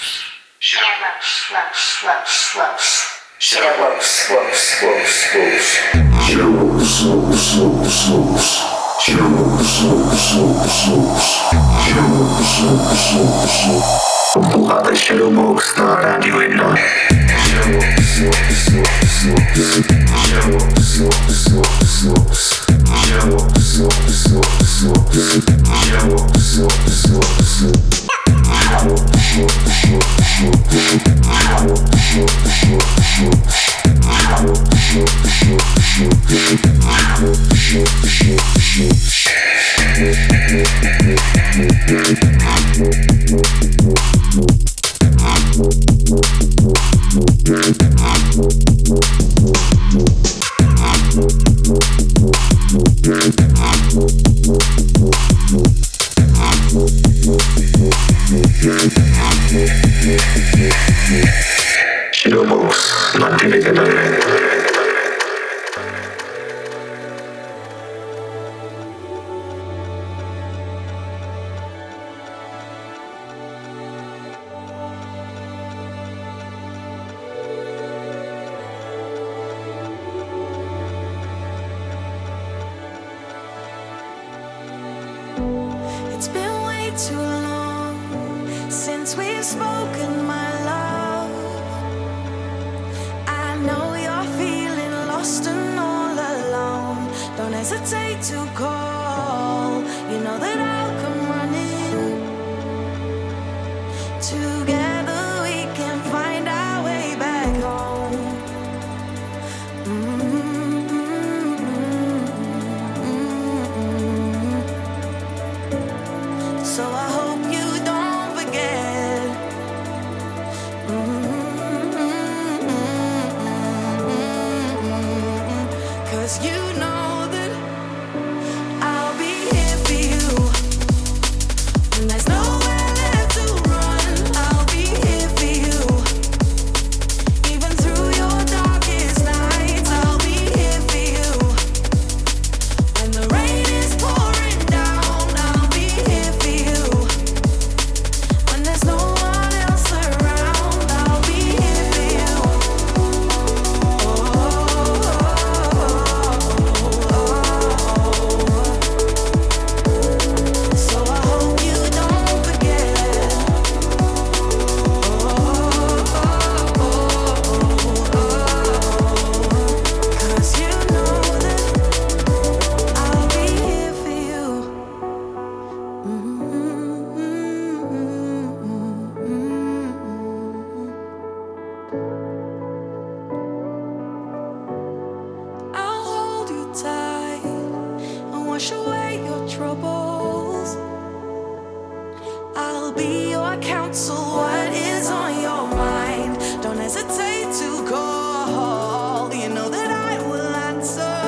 While the shadow walks start and you ignore. Shadowbox, not typical. It's been way too long since we've spoken, my love. I know you're feeling lost and all alone. Don't hesitate to call. You know that I'll come running. Together we can find our way back home. So I hope you don't forget. 'Cause you know that I'll be here for you. When there's nowhere left to run, I'll be here for you. Even through your darkest nights, I'll be here for you. When the rain is pouring down, I'll be here for you. When there's no one else around, I'll be here for you. So I hope you don't forget. 'Cause you know that I'll be here for you. I'll hold you tight and wash away your troubles. I'll be your counsel. What is on your mind? Don't hesitate to call. You know that I will answer.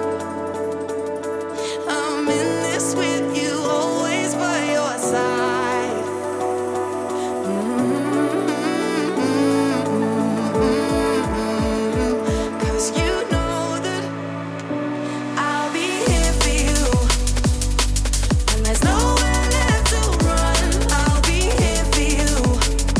I'm in this with you, always by your side. 'Cause you know that I'll be here for you. When there's nowhere left to run, I'll be here for you.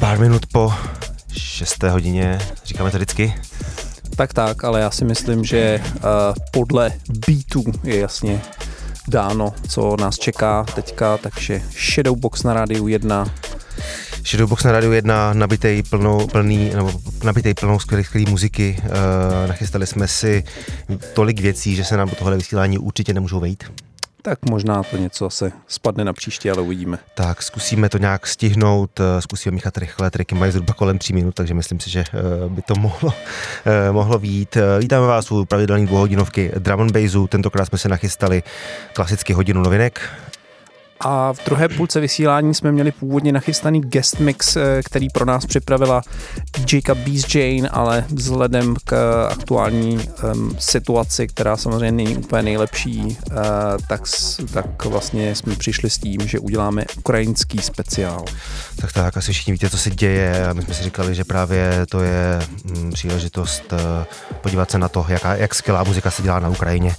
Pár minut po 6. hodině, říkáme to vždycky. Tak, ale já si myslím, že podle beatů je jasně dáno, co nás čeká teďka, takže Shadowbox na Rádiu 1. Shadowbox na Rádiu 1, nabitej plnou skvělý muziky. Nachystali jsme si tolik věcí, že se nám do tohohle vysílání určitě nemůžou vejít. Tak možná to něco zase spadne na příště, ale uvidíme. Tak zkusíme to nějak stihnout, zkusíme míchat rychle, triky mají zhruba kolem 3 minut, takže myslím si, že by to mohlo vyjít. Vítáme vás u pravidelný 2hodinovky Drum and Bassu, tentokrát jsme se nachystali klasicky hodinu novinek. A v druhé půlce vysílání jsme měli původně nachystaný guest mix, který pro nás připravila DJka Beast Jane, ale vzhledem k aktuální situaci, která samozřejmě není úplně nejlepší, tak vlastně jsme přišli s tím, že uděláme ukrajinský speciál. Tak, asi všichni víte, co se děje a my jsme si říkali, že právě to je příležitost podívat se na to, jak skvělá muzika se dělá na Ukrajině.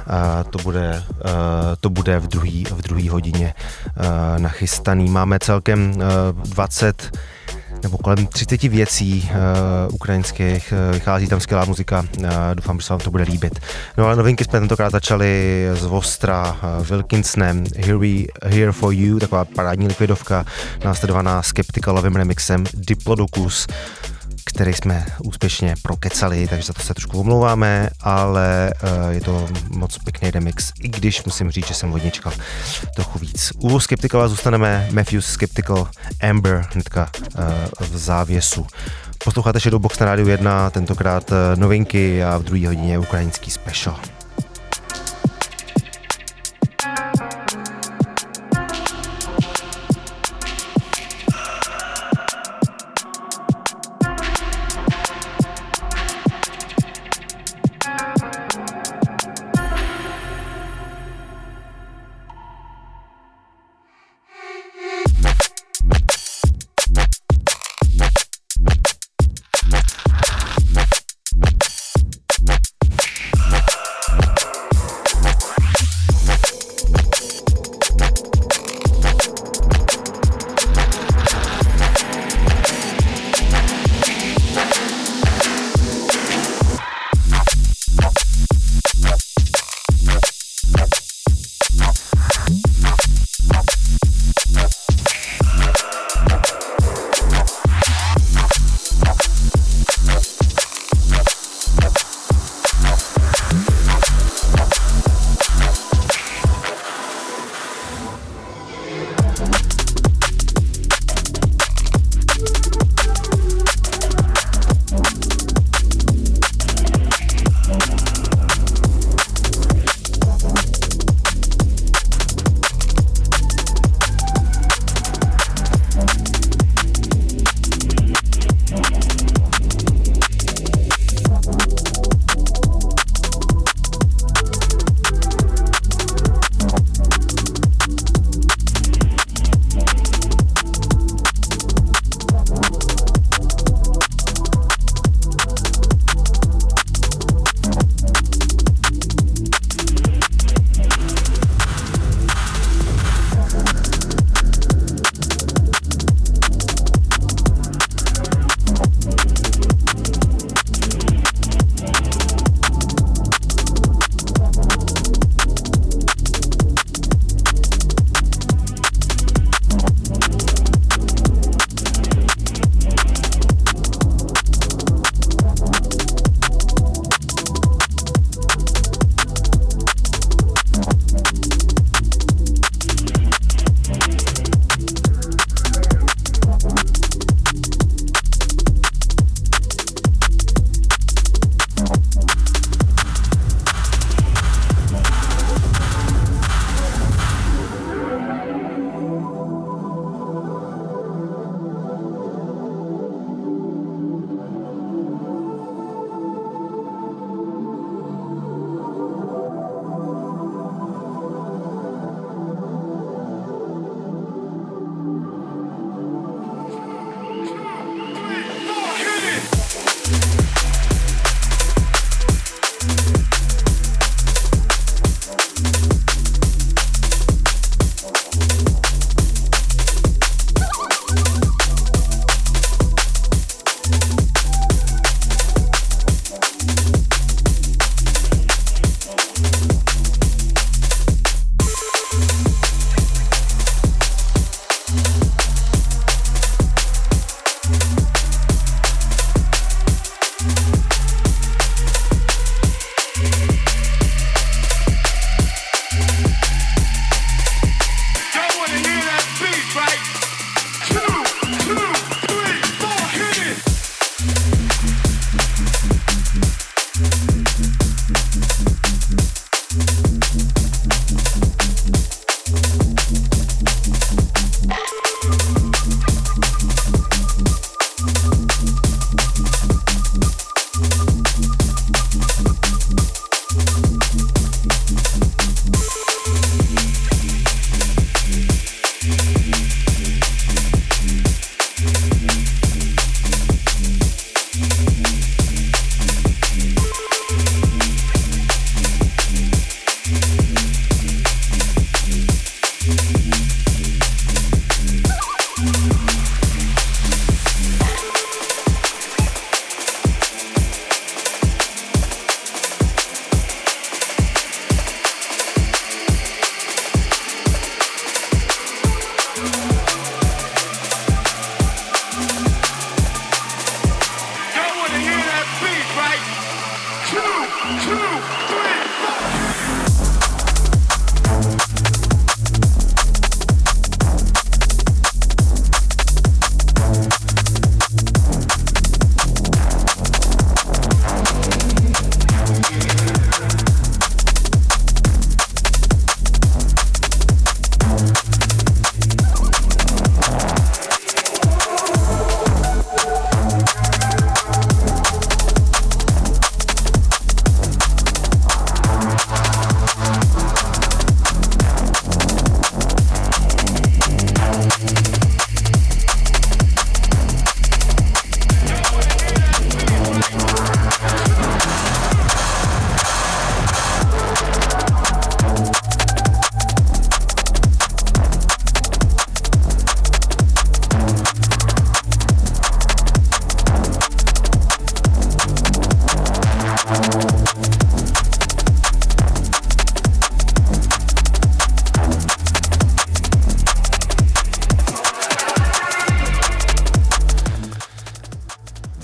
To bude v druhé hodině nachystaný. Máme celkem 20 nebo kolem 30 věcí ukrajinských, vychází tam skvělá muzika, doufám, že se vám to bude líbit. No ale novinky jsme tentokrát začali z Ostra Wilkinsonem Here for You, taková parádní likvidovka, následovaná Skepticalovým remixem Diplodocus, který jsme úspěšně prokecali, takže za to se trošku omlouváme, ale je to moc pěkný remix, i když musím říct, že jsem od něj čekal trochu víc. U Skepticala zůstaneme Matthews Skeptical Amber hnedka v závěsu. Posloucháte Shadowbox na Rádiu 1, tentokrát novinky a v druhé hodině ukrajinský special.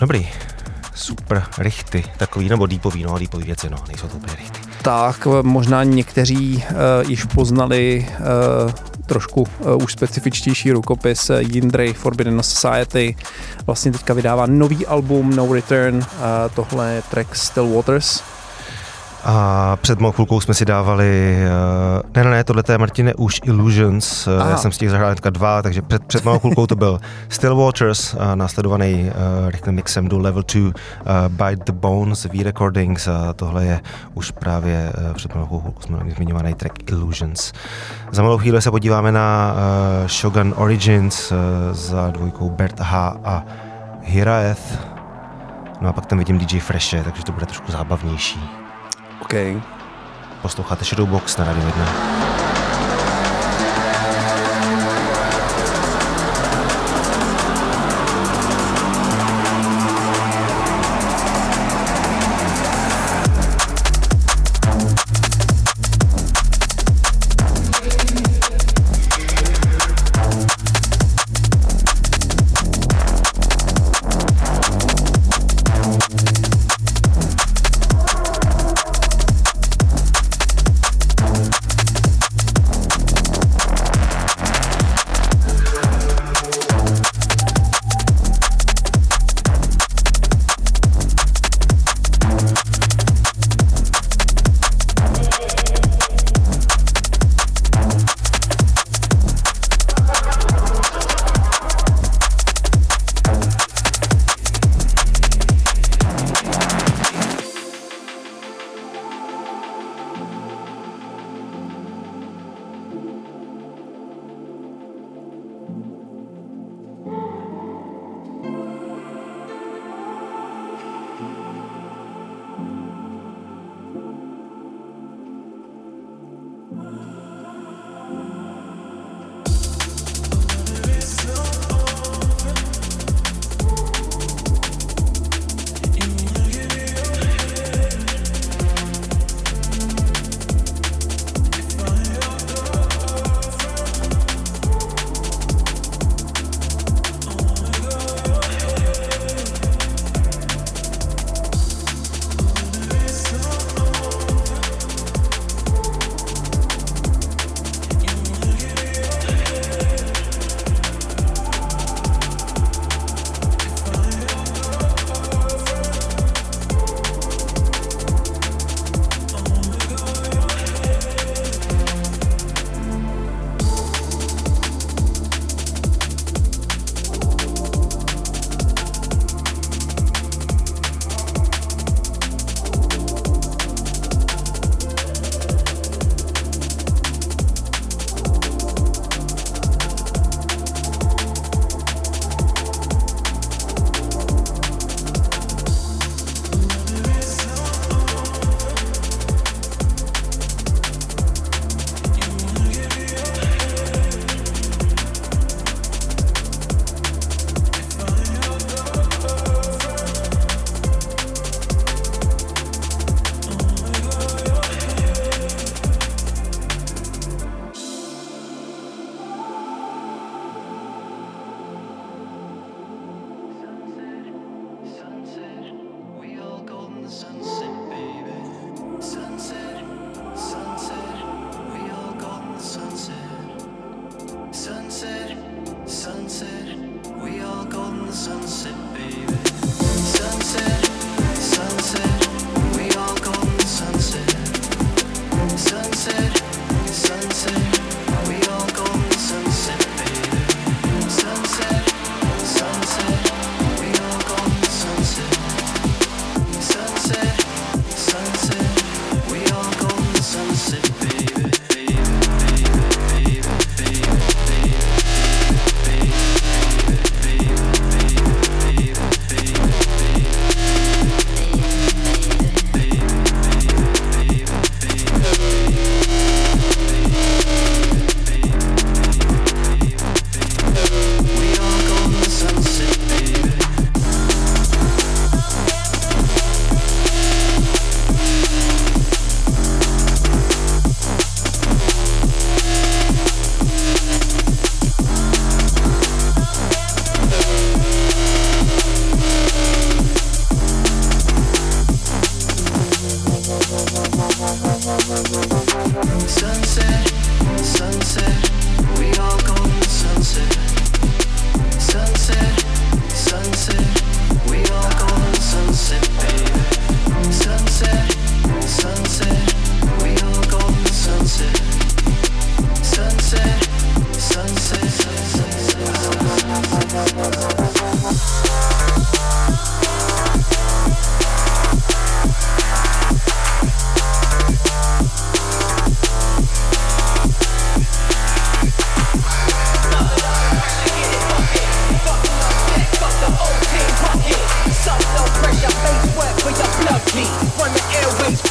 Dobrý. Super richty, takový, nebo deepový věci, no, nejsou to úplně richty. Tak, možná někteří již poznali trošku už specifičtější rukopis Yndry Forbidden Society. Vlastně teďka vydává nový album No Return, tohle je track Still Waters. A před malou chvilkou jsme si dávali, ne, tohle je, Martine, už Illusions, já jsem z těch zahrál hnedka 2, takže před malou chvilkou to byl Still Waters, následovaný rychlým mixem do Level 2, Bite the Bones, V-Recordings, a tohle je už právě před malou chvilkou jsme zmiňovaný track Illusions. Za malou chvíli se podíváme na Shogun Origins za dvojkou Bert H a Hiraeth, no a pak tam vidím DJ Freshe, takže to bude trošku zábavnější. Okay. Posloucháte Shadowbox na Radio 1.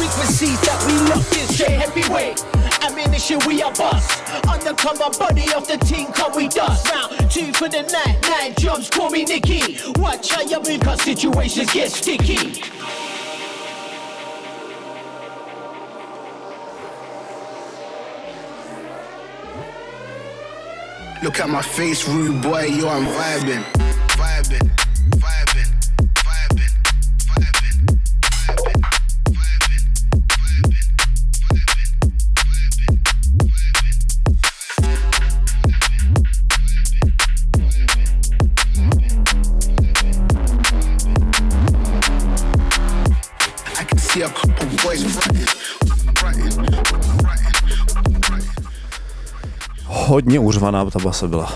frequencies that we locked in straight heavyweight. Ammunition we are bust. Undercover body of the team come we dust. Round 2 for the night. 9 jumps call me Nicky. Watch how you move cause situations get sticky. Look at my face, rude boy, yo, I'm vibing. Vibing, vibing, vibing, vibing, vibing, I can see a couple boys fronting. Hodně uřvaná ta basa byla.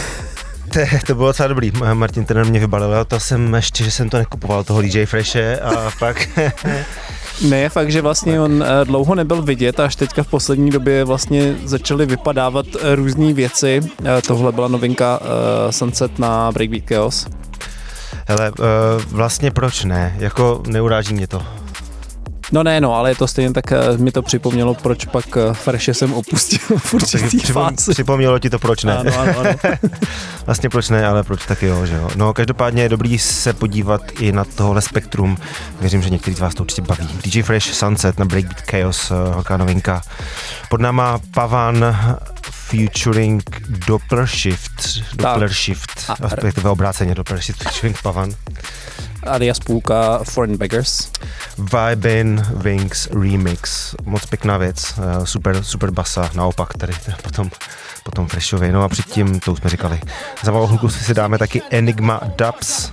To bylo docela dobrý. Martin ten mě vybalil, to jsem ještě, že jsem to nekupoval, toho DJ Freshe a pak... Ne, je fakt, že vlastně on dlouho nebyl vidět, až teďka v poslední době vlastně začaly vypadávat různé věci. Tohle byla novinka Sunset na Breakbeat Chaos. Hele, vlastně proč ne? Jako neuráží mě to. No ne, no, ale je to stejně tak, mi to připomnělo, proč pak Freshe jsem opustil v určitý fázi. Připomnělo ti to, proč ne? Ano. Vlastně proč ne, ale proč taky jo, že jo. No každopádně je dobrý se podívat i na tohle spektrum. Věřím, že některý z vás to určitě baví. DJ Fresh Sunset na Breakbeat Chaos, velká novinka. Pod náma Pavan featuring Doppler Shift, respektive obráceně Doppler Shift featuring Pavan. Alias půlka Foreign Beggars. Vibin Wings Remix, moc pěkná věc, super basa, naopak tady potom Freshovi, no a předtím, to už jsme říkali, za malou chvilku si dáme taky Enigma Dubs,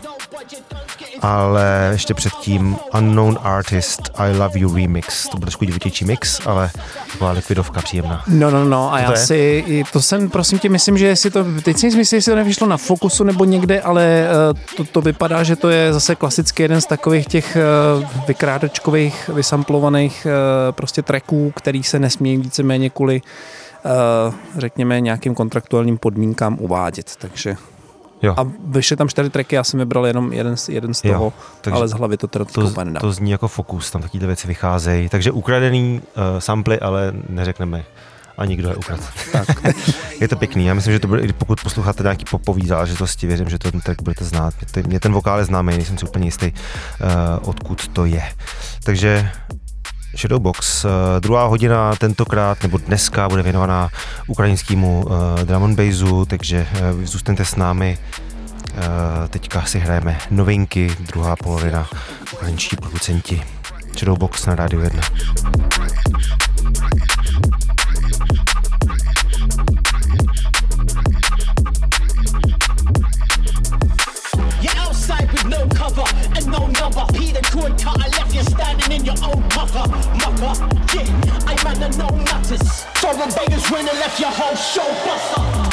ale ještě předtím Unknown Artist I Love You Remix, to bude trošku divotější mix, ale taková likvidovka příjemná. No a já to jsem, prosím tě, myslím, že si to, teď si myslím, jestli to nevyšlo na Focusu nebo někde, ale to vypadá, že to je zase klasicky jeden z takových těch vykrádačkových, vysamplovaných prostě tracků, který se nesmí víceméně kvůli řekněme nějakým kontraktuálním podmínkám uvádět, takže... Jo. A vyšly tam 4 tracky, já jsem vybral jenom jeden z toho, ale z hlavy to teda nedám. To zní jako Focus, tam takovýhle věci vycházejí, takže ukradený samply, ale neřekneme ani kdo je ukrad. Je to pěkný, já myslím, že to bude, pokud posloucháte nějaký popový záležitosti, věřím, že ten track budete znát. Mě ten vokál je známý, nejsem si úplně jistý, odkud to je. Takže Shadowbox, druhá hodina tentokrát, nebo dneska, bude věnovaná ukrajinskému drum and bassu, takže zůstaňte s námi. Teďka si hrajeme novinky, druhá polovina, ukrajinští producenti. Shadowbox na Rádiu 1. Foreign beggars when they left your whole show buster.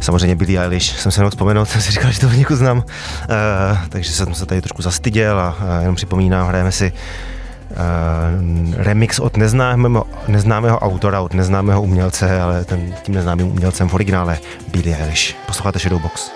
samozřejmě Billie Eilish, jsem se jenom vzpomenout, jsem si říkal, že to někud znám, takže jsem se tady trošku zastyděl a jenom připomínám, hrajeme si remix od neznámého autora, od neznámého umělce, ale tím neznámým umělcem v originále Billie Eilish. Posloucháte Shadowbox.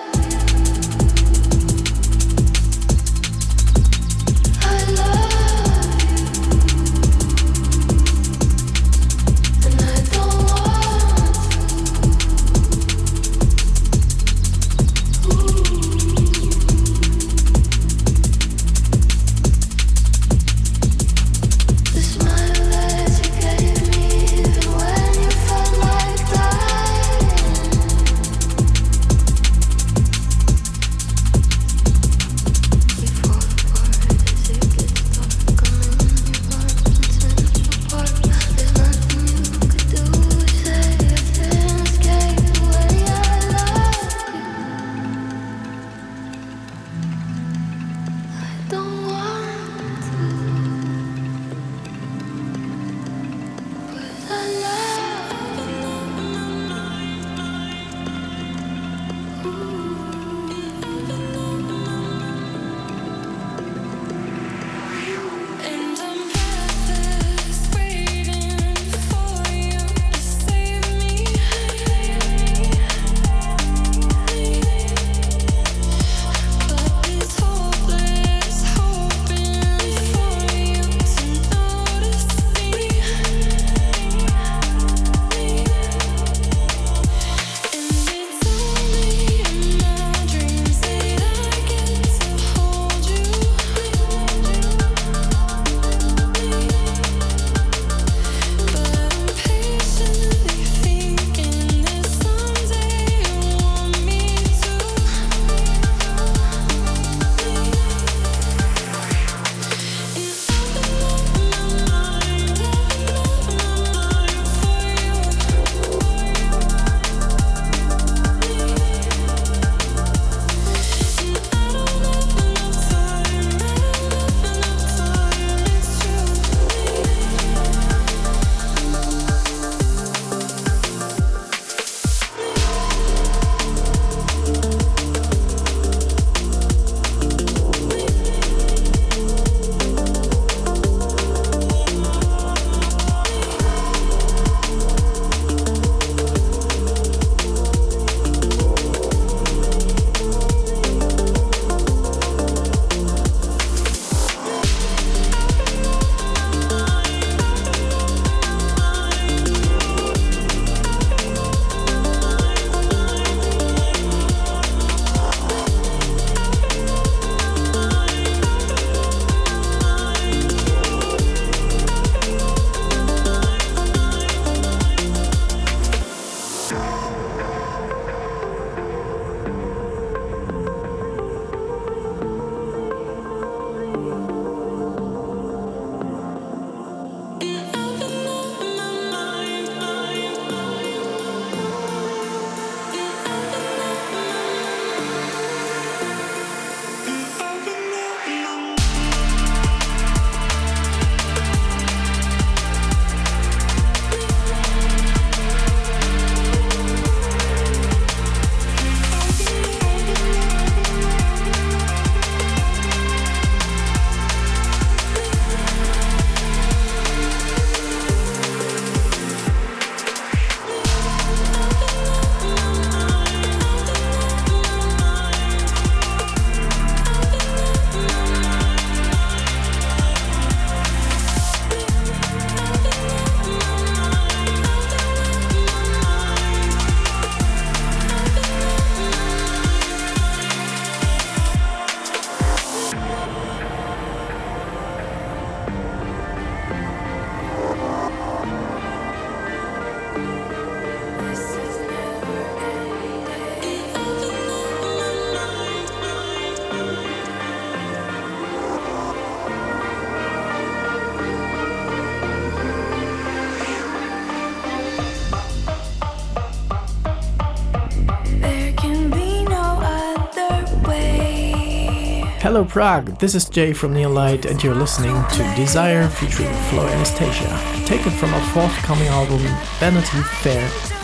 Hello Prague, this is Jay from Neonlight and you're listening to Desire featuring Flo Anastasia, taken from our forthcoming album Vanity Fair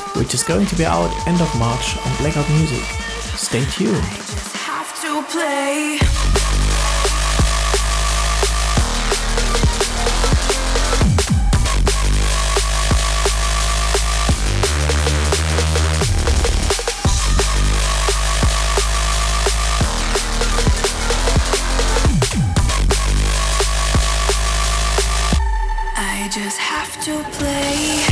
which is going to be out end of March on Blackout Music. Stay tuned. Just have to play. I just have to play.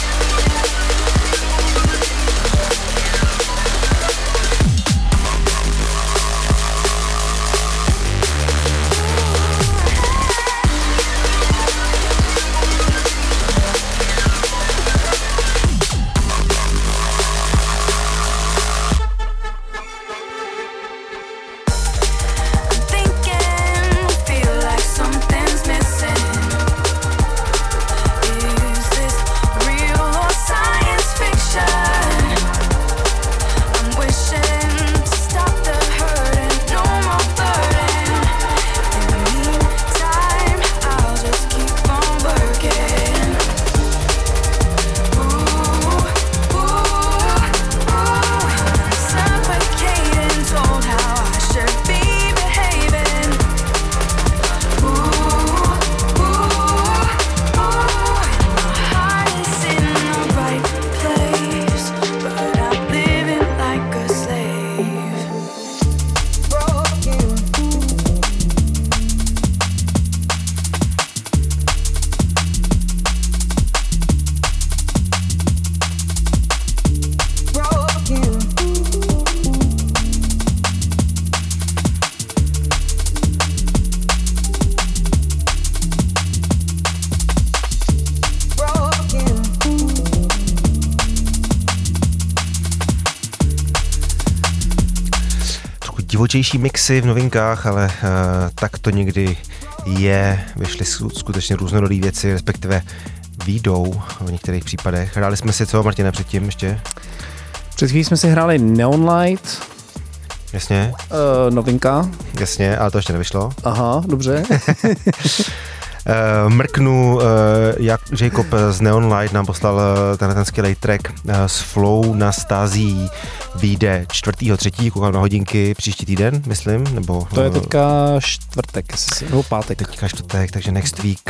divočejší mixy v novinkách, ale tak to někdy je. Vyšly skutečně různorodé věci, respektive výjdou v některých případech. Hráli jsme si co, Martine, předtím ještě? Před chvílí jsme si hráli Neon Light. Jasně. Novinka. Jasně, ale to ještě nevyšlo. Aha, dobře. Mrknu, jak Jacob z Neon Light nám poslal ten skvělý track s Flow na Stází, vyjde 4.3., koukám na hodinky, příští týden, myslím, nebo... To je teďka čtvrtek, nebo pátek. Teďka čtvrtek, takže next week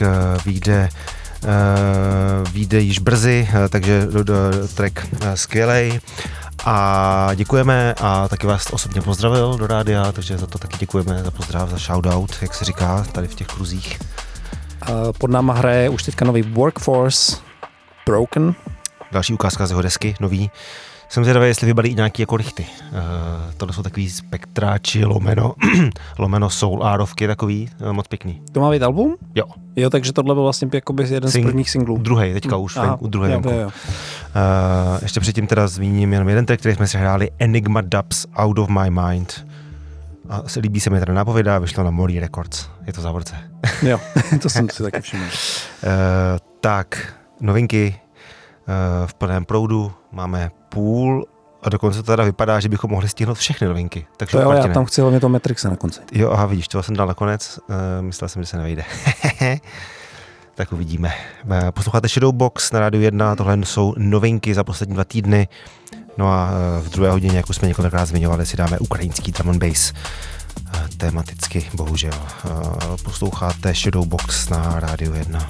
vyjde již brzy, takže track skvělej. A děkujeme a taky vás osobně pozdravil do rádia, takže za to taky děkujeme, za pozdrav, za shoutout, jak se říká tady v těch kruzích. Pod náma hraje už teďka nový Workforce Broken. Další ukázka z jeho desky, nový. Jsem zvědavý, jestli vybalí nějaký jako rychty. Tohle jsou takový spektráči, lomeno soul árovky, takový, moc pěkný. To má být album? Jo. Jo, takže tohle byl vlastně jakoby jeden z prvních singlů. Druhý, teďka už, druhý venku. Jo. Ještě předtím teda zmíním jenom jeden track, který jsme si hráli, Enigma Dubs Out of My Mind. A se líbí se mi teda nápověda, vyšlo na Mori Records. Je to v závorce. Jo, to jsem si taky všiml. Tak, novinky v plném proudu, máme půl a dokonce to teda vypadá, že bychom mohli stihnout všechny novinky. Takže to jo, já tam chci hlavně toho Matrixa na konci. Jo, aha, vidíš, toho jsem dal na konec, myslel jsem, že se nevejde. Tak uvidíme. Posloucháte Shadowbox na Rádiu 1, tohle jsou novinky za poslední 2 týdny. No a v druhé hodině, jak už jsme několikrát zmiňovali, si dáme ukrajinský drum and bass. Tematicky, bohužel. Posloucháte Shadowbox na Rádiu 1.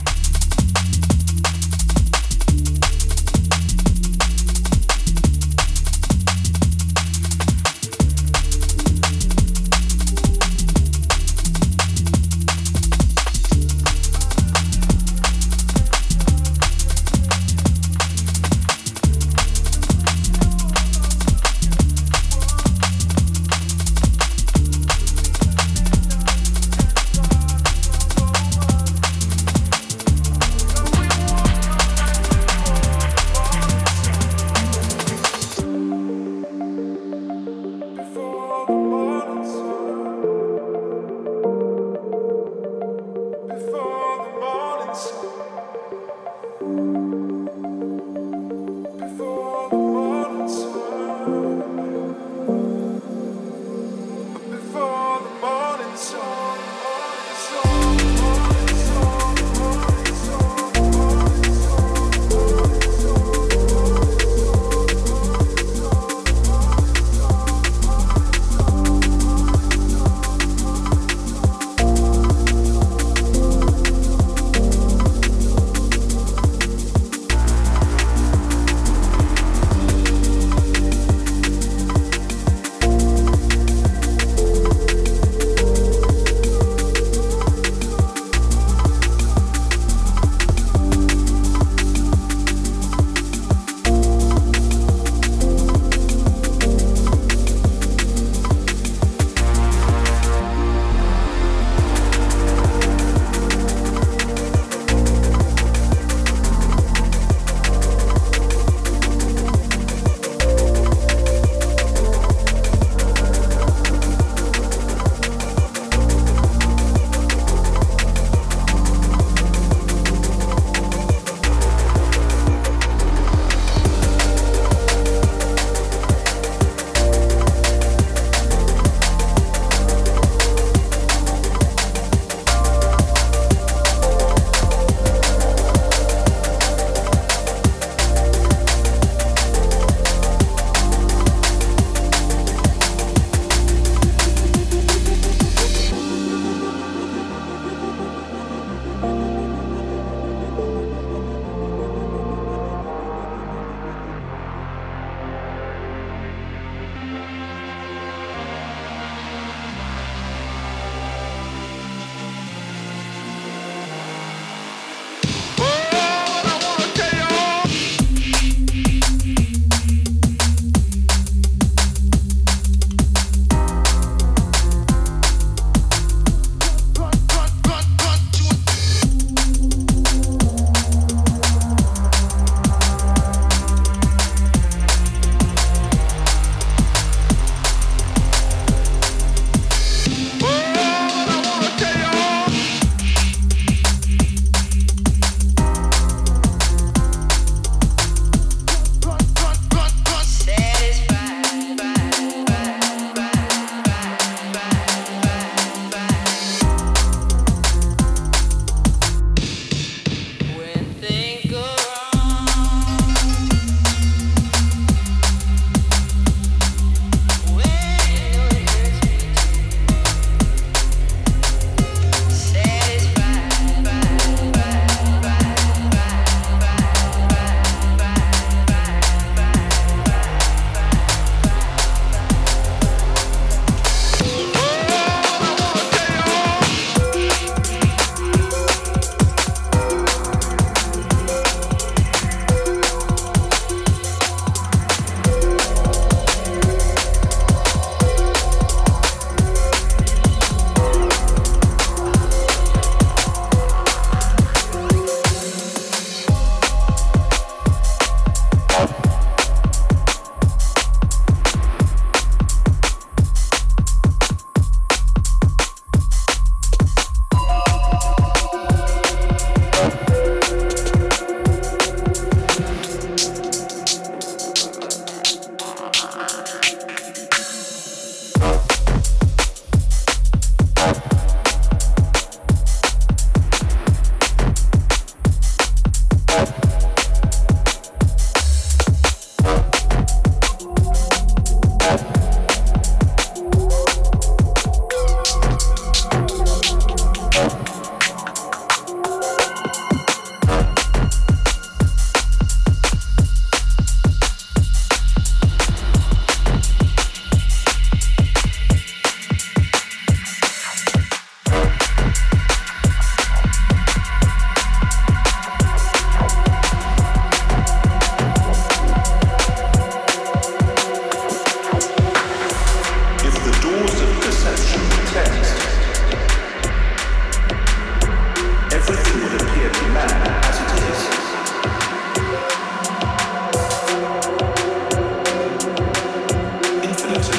laws of perception test. Everything will appear to man as it is. Infinity.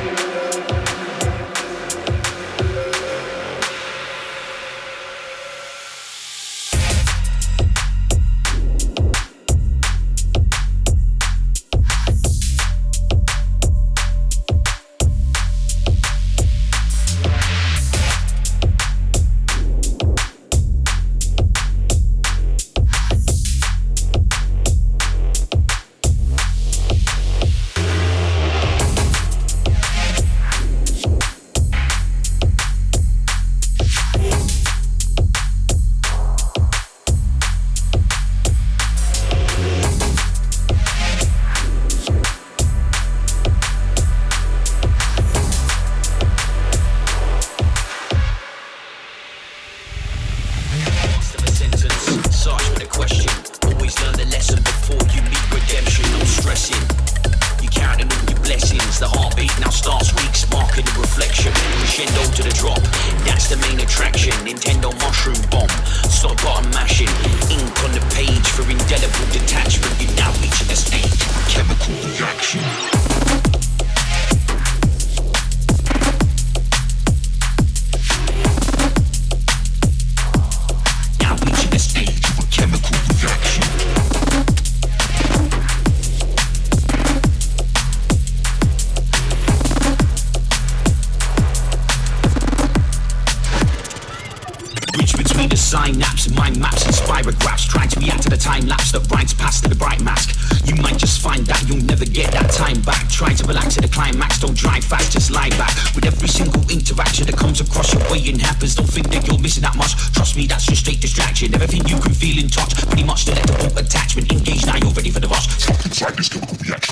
Synapse and mind maps and spirographs, trying to react to the time lapse that rides past to the bright mask. You might just find that you'll never get that time back. Try to relax at the climax, don't drive fast, just lie back. With every single interaction that comes across your way and happens, don't think that you're missing that much. Trust me, that's just straight distraction. Everything you can feel in touch, pretty much delectable attachment. Engage now, you're ready for the rush. Stuck inside this chemical reaction.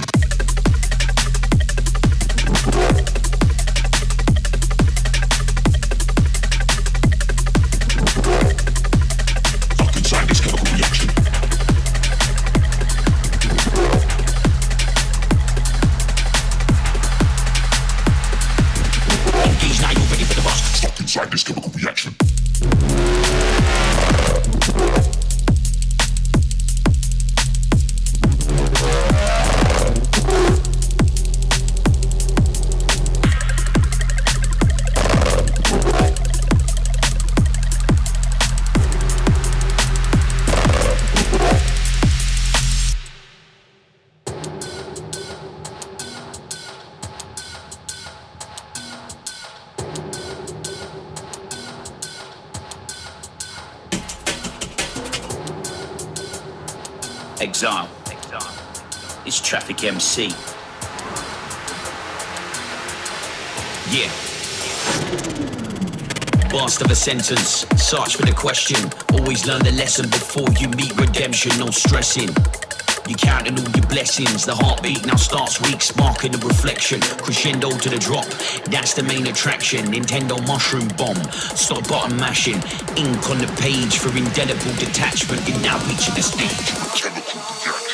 This chemical reaction. Exile. It's Traffic MC. Yeah. Blast of a sentence, search for the question. Always learn the lesson before you meet redemption, no stressing. You counting all your blessings, the heartbeat now starts weak, sparking a reflection, crescendo to the drop, that's the main attraction, Nintendo mushroom bomb, stop button mashing, ink on the page for indelible detachment, you're now reaching the stage. Chemical reaction.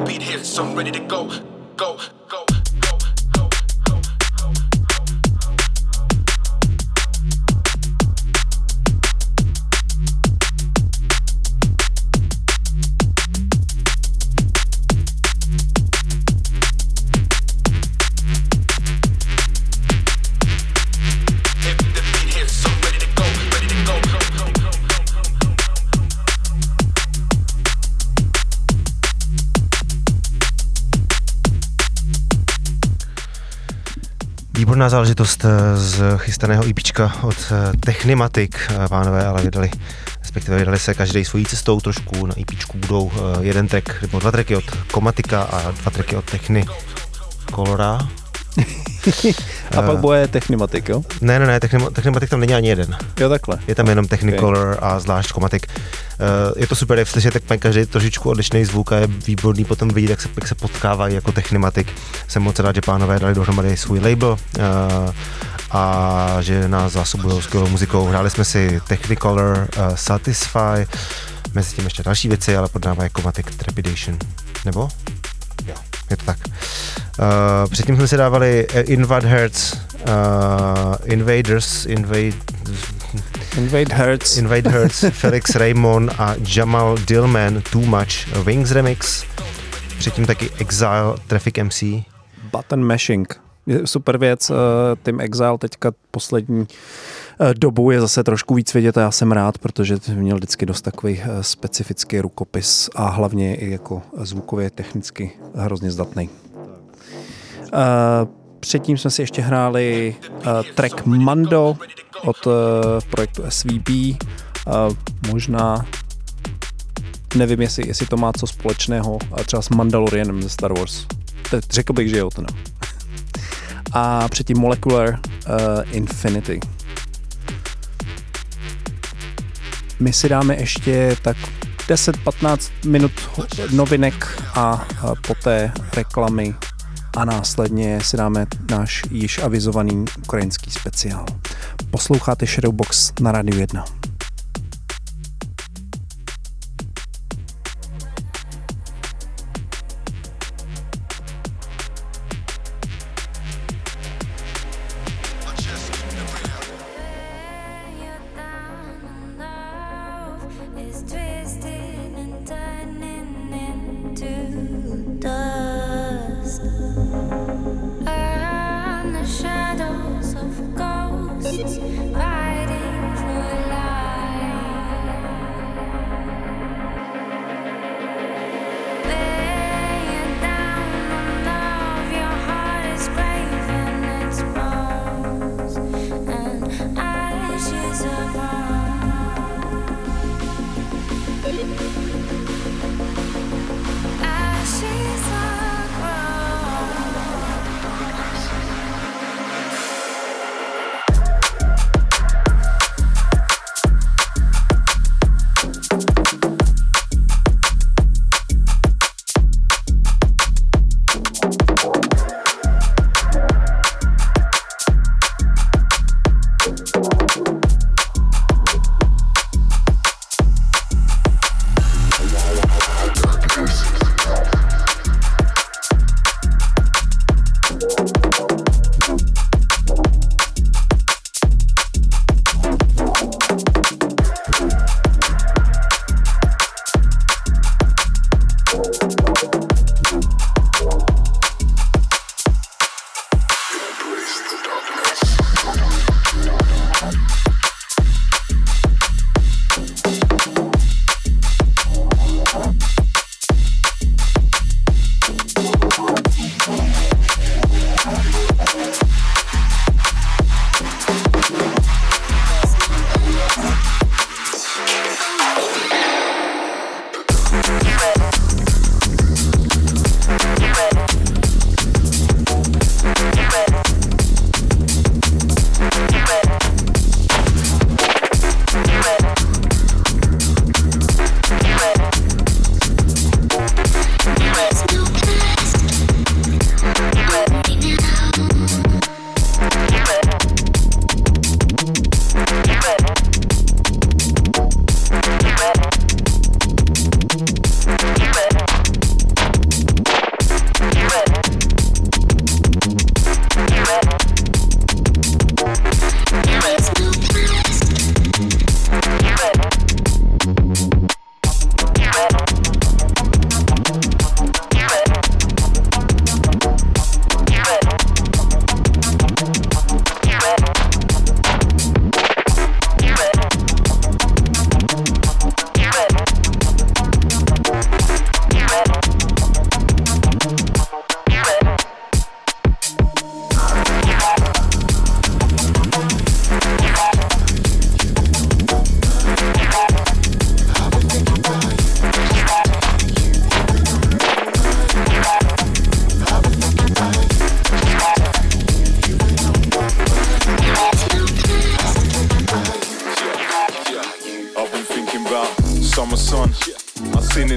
beat hits, I'm ready to go. Výborná záležitost z chystaného EPčka od Technimatic, pánové, ale vydali se každý svojí cestou trošku. Na EPčku budou jeden track, nebo 2 tracky od Chromatica a 2 tracky od Technicolora. A pak bude Technimatic, jo? Ne, Technimatic tam není ani jeden. Jo, takhle. Je tam jenom Technicolor a zvlášť Chromatic. Je to super, jak slyšet, tak každý trošičku odlišný zvuk a je výborný potom vidět, jak se potkávají jako Technimatic. Jsem moc rád, že pánové dali dohromady svůj label a že nás zásobují skvělou muzikou. Hráli jsme si Technicolor, Satisfy, mezi tím ještě další věci, ale podnávají Chromatic Trepidation. Nebo? Jo, je to tak. Předtím jsme si dávali Invade Hertz, Invade Hertz, Felix Raymond a Jamal Dillman, Too Much, Wings Remix, předtím taky Exile, Traffic MC. Button Mashing, je super věc, Team Exile teďka poslední dobou je zase trošku víc vidět a já jsem rád, protože měl vždycky dost takový specifický rukopis a hlavně i jako zvukově technicky hrozně zdatný. Předtím jsme si ještě hráli track Mando od projektu SVP. Možná nevím, jestli to má co společného třeba s Mandalorianem ze Star Wars. Řekl bych, že jo. To ne. A předtím Molecular Infinity. My si dáme ještě tak 10-15 minut novinek a poté reklamy a následně si dáme náš již avizovaný ukrajinský speciál. Posloucháte Shadowbox na Rádiu 1.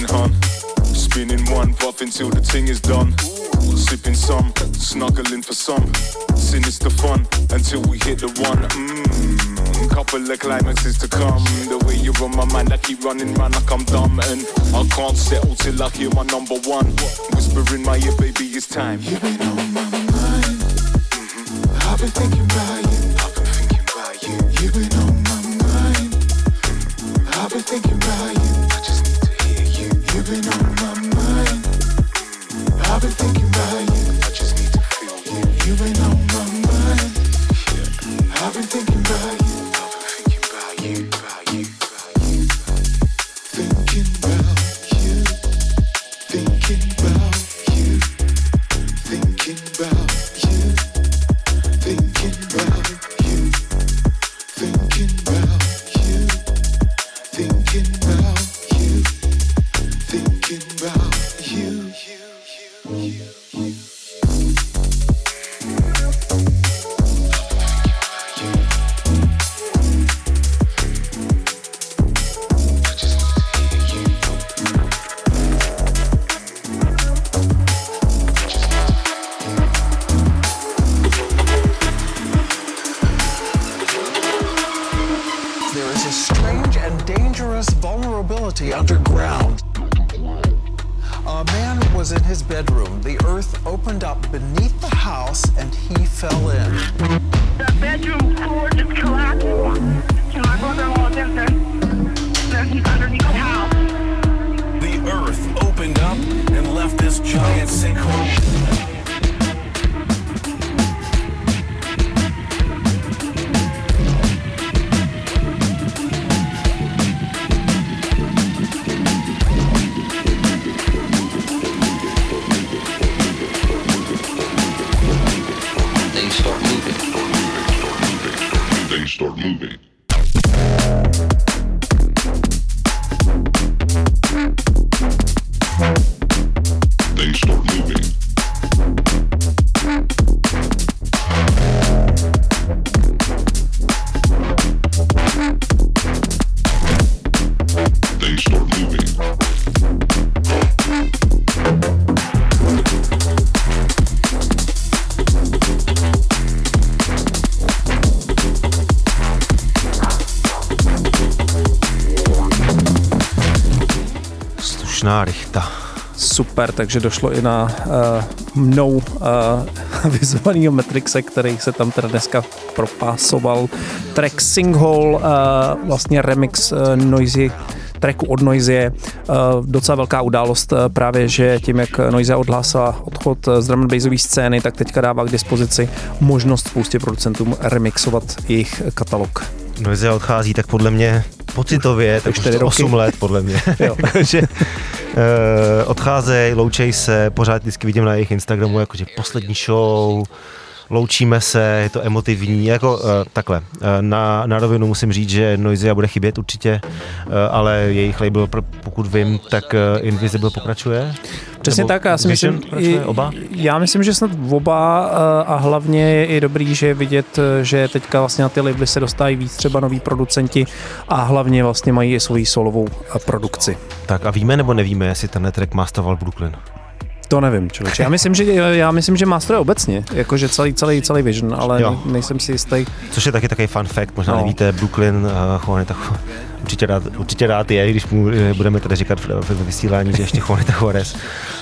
hun. Spinning one puff until the ting is done. Sipping some, snuggling for some sinister fun until we hit the one. Couple of climaxes to come. The way you're on my mind, I keep running round like I'm dumb. And I can't settle till I hear my number one whisper in my ear, baby, it's time. You've been on my mind. I've been thinking about you. I've been thinking about you. You've been on my mind. I've been thinking about you. I just need to hear you. You've been on my mind. I've been thinking about you. I just need to feel you. You've been on my mind. Yeah. I've been thinking about you. Underground. A man was in his bedroom. The earth opened up beneath the house and he fell in. The bedroom floor just collapsed. My brother-in-law is underneath the house. The earth opened up and left this giant sinkhole. Start moving. Things start moving. Things start moving. Richta. Super, takže došlo i na mnou vyzvaného Matrixe, který se tam teda dneska propásoval. Track Sinkhole, vlastně remix Noisy, tracku od Noisy. Docela velká událost právě, že tím, jak Noisy odhlásila odchod z drum and bassové scény, tak teďka dává k dispozici možnost spoustě producentům remixovat jejich katalog. Noisy odchází, tak podle mě pocitově, tak už 8 let podle mě. Takže odcházejí, loučej se, pořád vždycky vidím na jejich Instagramu, jakože poslední show, loučíme se, je to emotivní, jako takhle. Na rovinu musím říct, že Noisy bude chybět určitě, ale jejich label, pokud vím, tak Invisible pokračuje. Přesně tak, já myslím, že snad oba a hlavně je i dobrý, že je vidět, že teďka vlastně na ty labely se dostávají víc třeba noví producenti a hlavně vlastně mají i svoji solovou produkci. Tak a víme nebo nevíme, jestli ten track masteroval Brooklyn? To nevím, člověče. Já myslím, že masteruje obecně, jakože celý Vision, ale nejsem si jistý. Což je taky takový fun fact, možná nevíte, Brooklyn Juanita určitě rád je, když mu budeme tady říkat ve vysílání, že ještě Juanita Juarez,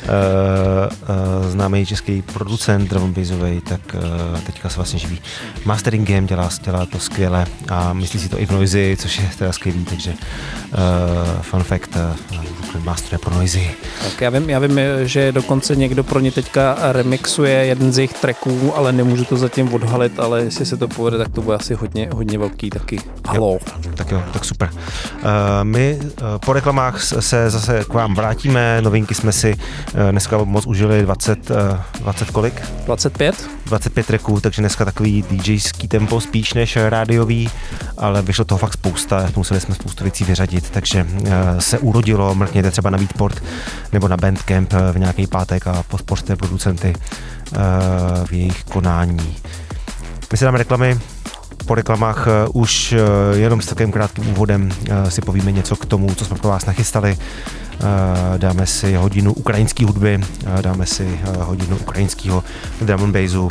známý český producent drum and bassovej, tak teďka se vlastně živí masteringem, dělá to skvěle a myslí si to i v Noisy, což je teda skvělý, takže fun fact, Brooklyn masteruje pro Noisy. Tak já vím, že dokonce někdo pro ně teďka remixuje jeden z jejich tracků, ale nemůžu to zatím odhalit, ale jestli se to povede, tak to bude asi hodně velký taky. Halo. Tak super. My po reklamách se zase k vám vrátíme, novinky jsme si dneska moc užili 20 kolik? 25 tracků, takže dneska takový DJský tempo spíš než rádiový, ale vyšlo toho fakt spousta, museli jsme spoustu věcí vyřadit, takže se urodilo, mrkněte třeba na Beatport nebo na Bandcamp v nějaký pátek a podpořte producenty v jejich konání. My si dáme reklamy. Po reklamách už jenom s takovým krátkým úvodem si povíme něco k tomu, co jsme pro vás nachystali. dáme si hodinu ukrajinské hudby, dáme si hodinu ukrajinského drum and bassu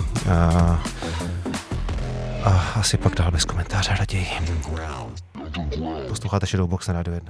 a asi pak dál bez komentáře raději. Posloucháte Shadowbox na Rádiu 1.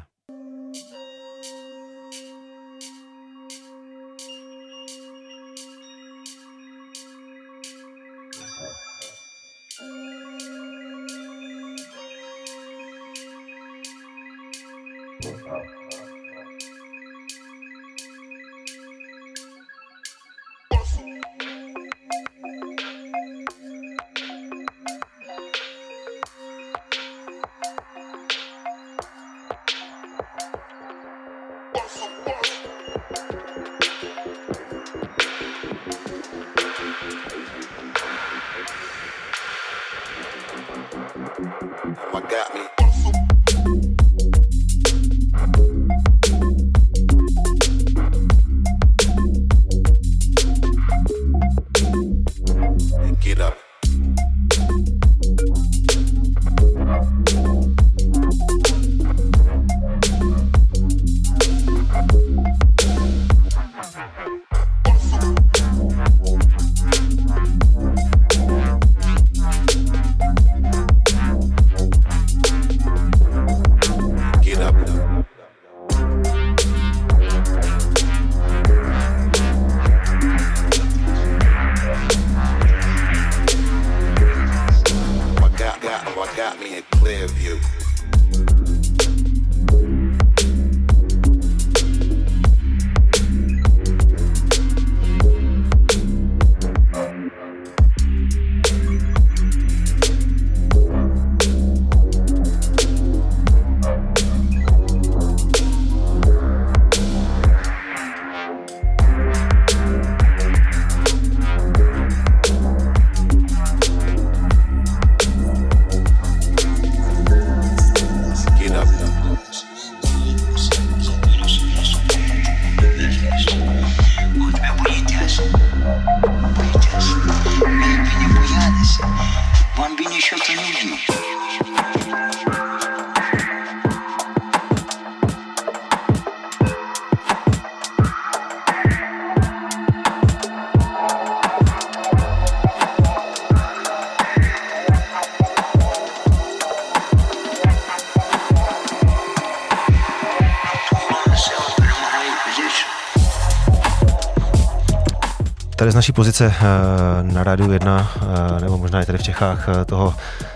Tady z naší pozice na Rádiu 1, nebo možná i tady v Čechách, toho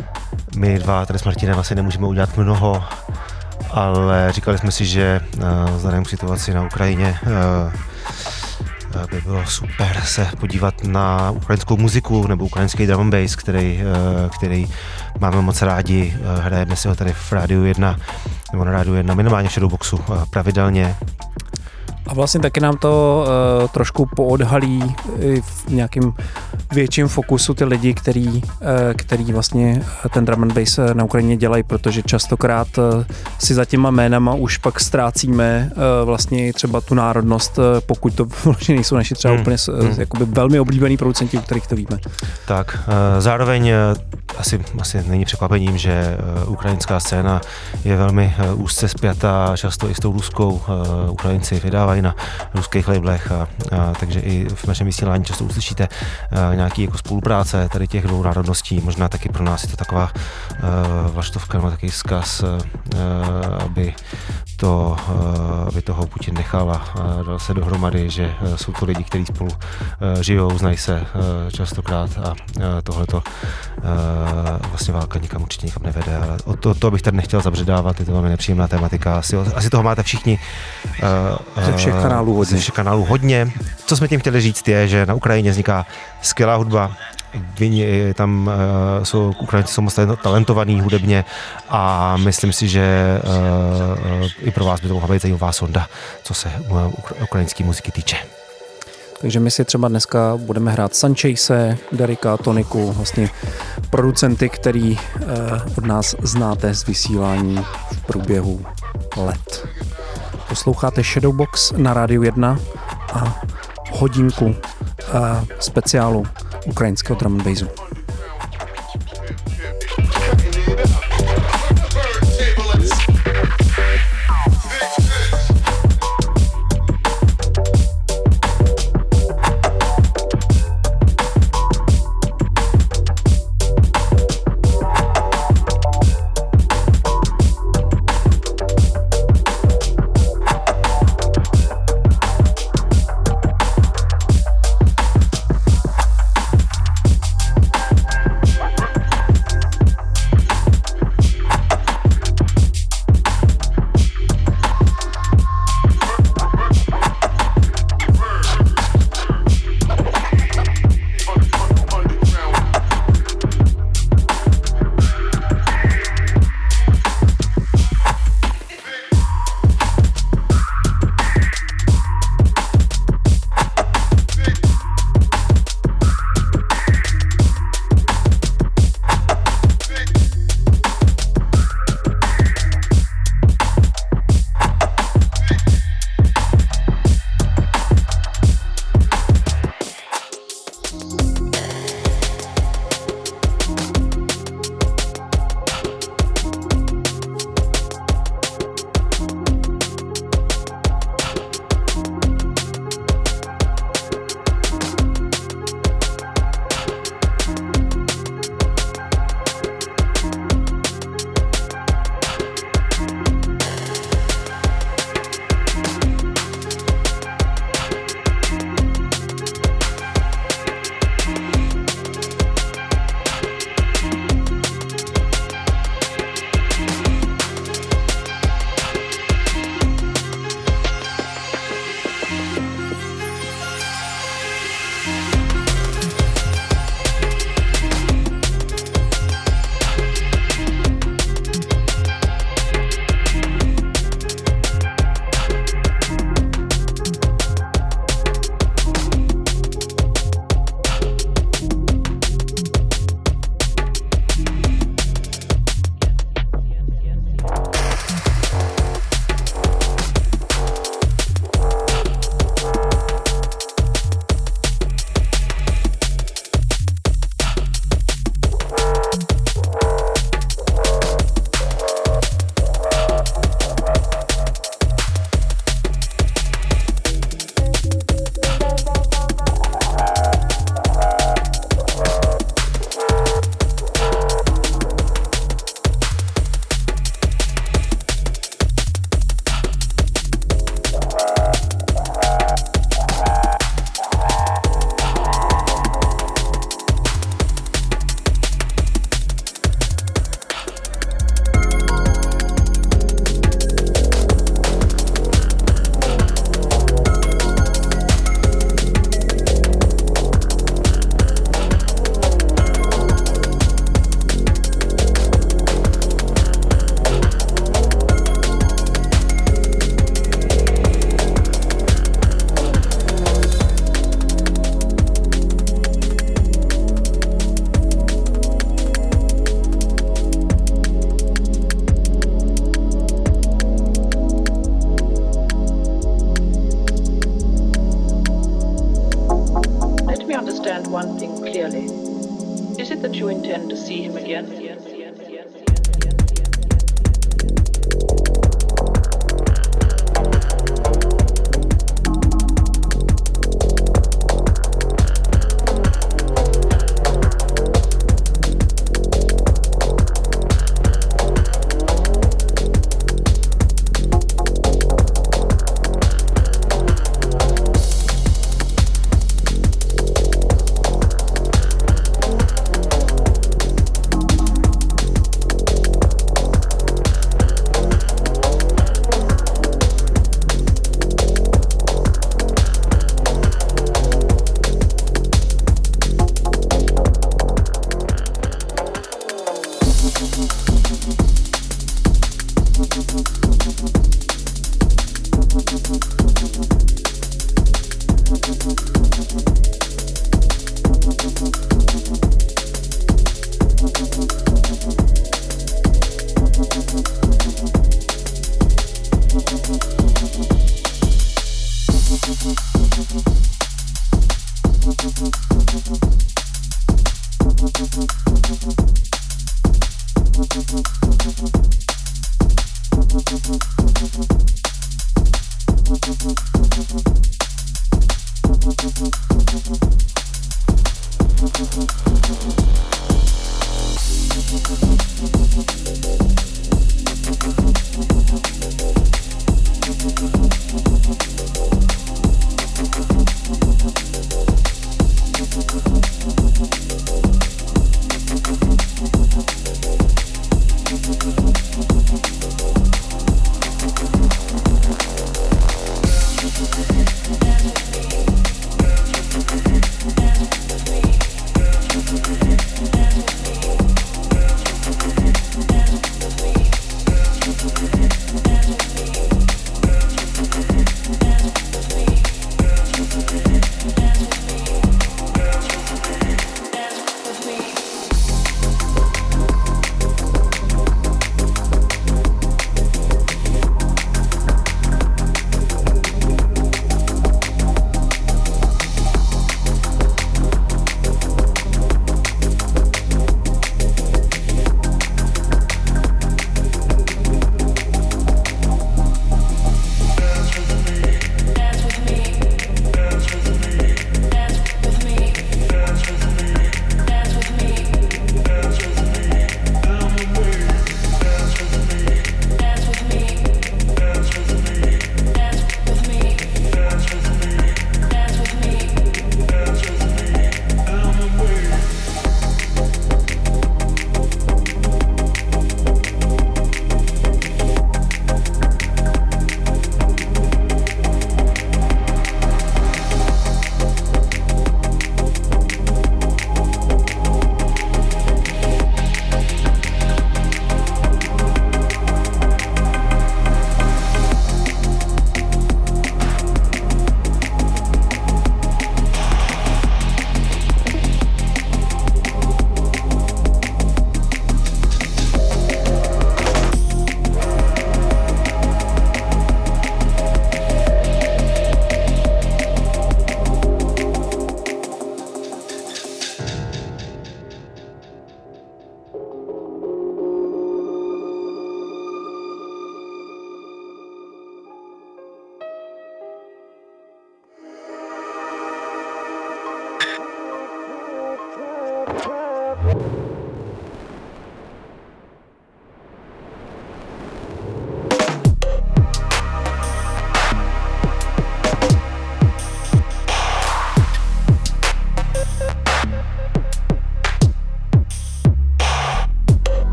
my dva tady s Martinem asi nemůžeme udělat mnoho, ale říkali jsme si, že vzhledem k situaci na Ukrajině by bylo super se podívat na ukrajinskou muziku nebo ukrajinský drum and bass, který máme moc rádi. Hrajeme si ho tady v Rádiu 1 nebo na Rádiu 1, minimálně v Shadowboxu pravidelně. A vlastně taky nám to trošku poodhalí v nějakým větším fokusu ty lidi, který vlastně ten drum and bass na Ukrajině dělají, protože častokrát si za těma jménama už pak ztrácíme vlastně třeba tu národnost, pokud to vlastně nejsou naši třeba úplně jakoby velmi oblíbený producenti, u kterých to víme. Tak, zároveň asi není překvapením, že ukrajinská scéna je velmi úzce spjatá často i s tou ruskou. Ukrajinci vydávají na ruských labelech, takže i v našem vysílání často uslyšíte nějaký jako spolupráce tady těch dvou národností. Možná taky pro nás je to taková vlaštovka nebo takový vzkaz, aby toho Putin nechal a dal se dohromady, že jsou to lidi, kteří spolu žijou, znají se častokrát a tohleto vlastně válka nikam určitě nikam nevede, ale to bych tady nechtěl zabředávat, je to velmi nepříjemná tematika, asi toho máte všichni ze všech kanálů hodně. Co jsme tím chtěli říct je, že na Ukrajině vzniká skvělá hudba, tam jsou Ukrajinci jsou moc talentovaní hudebně a myslím si, že i pro vás by to mohla být zajímavá sonda, co se ukrajinské muziky týče. Takže my si třeba dneska budeme hrát Sanchase, Derika, Toniku, vlastně producenty, který od nás znáte z vysílání v průběhu let. Posloucháte Shadowbox na Rádiu 1 a hodinku speciálu ukrajinského drum and bassu. Is it that you intend to see him again?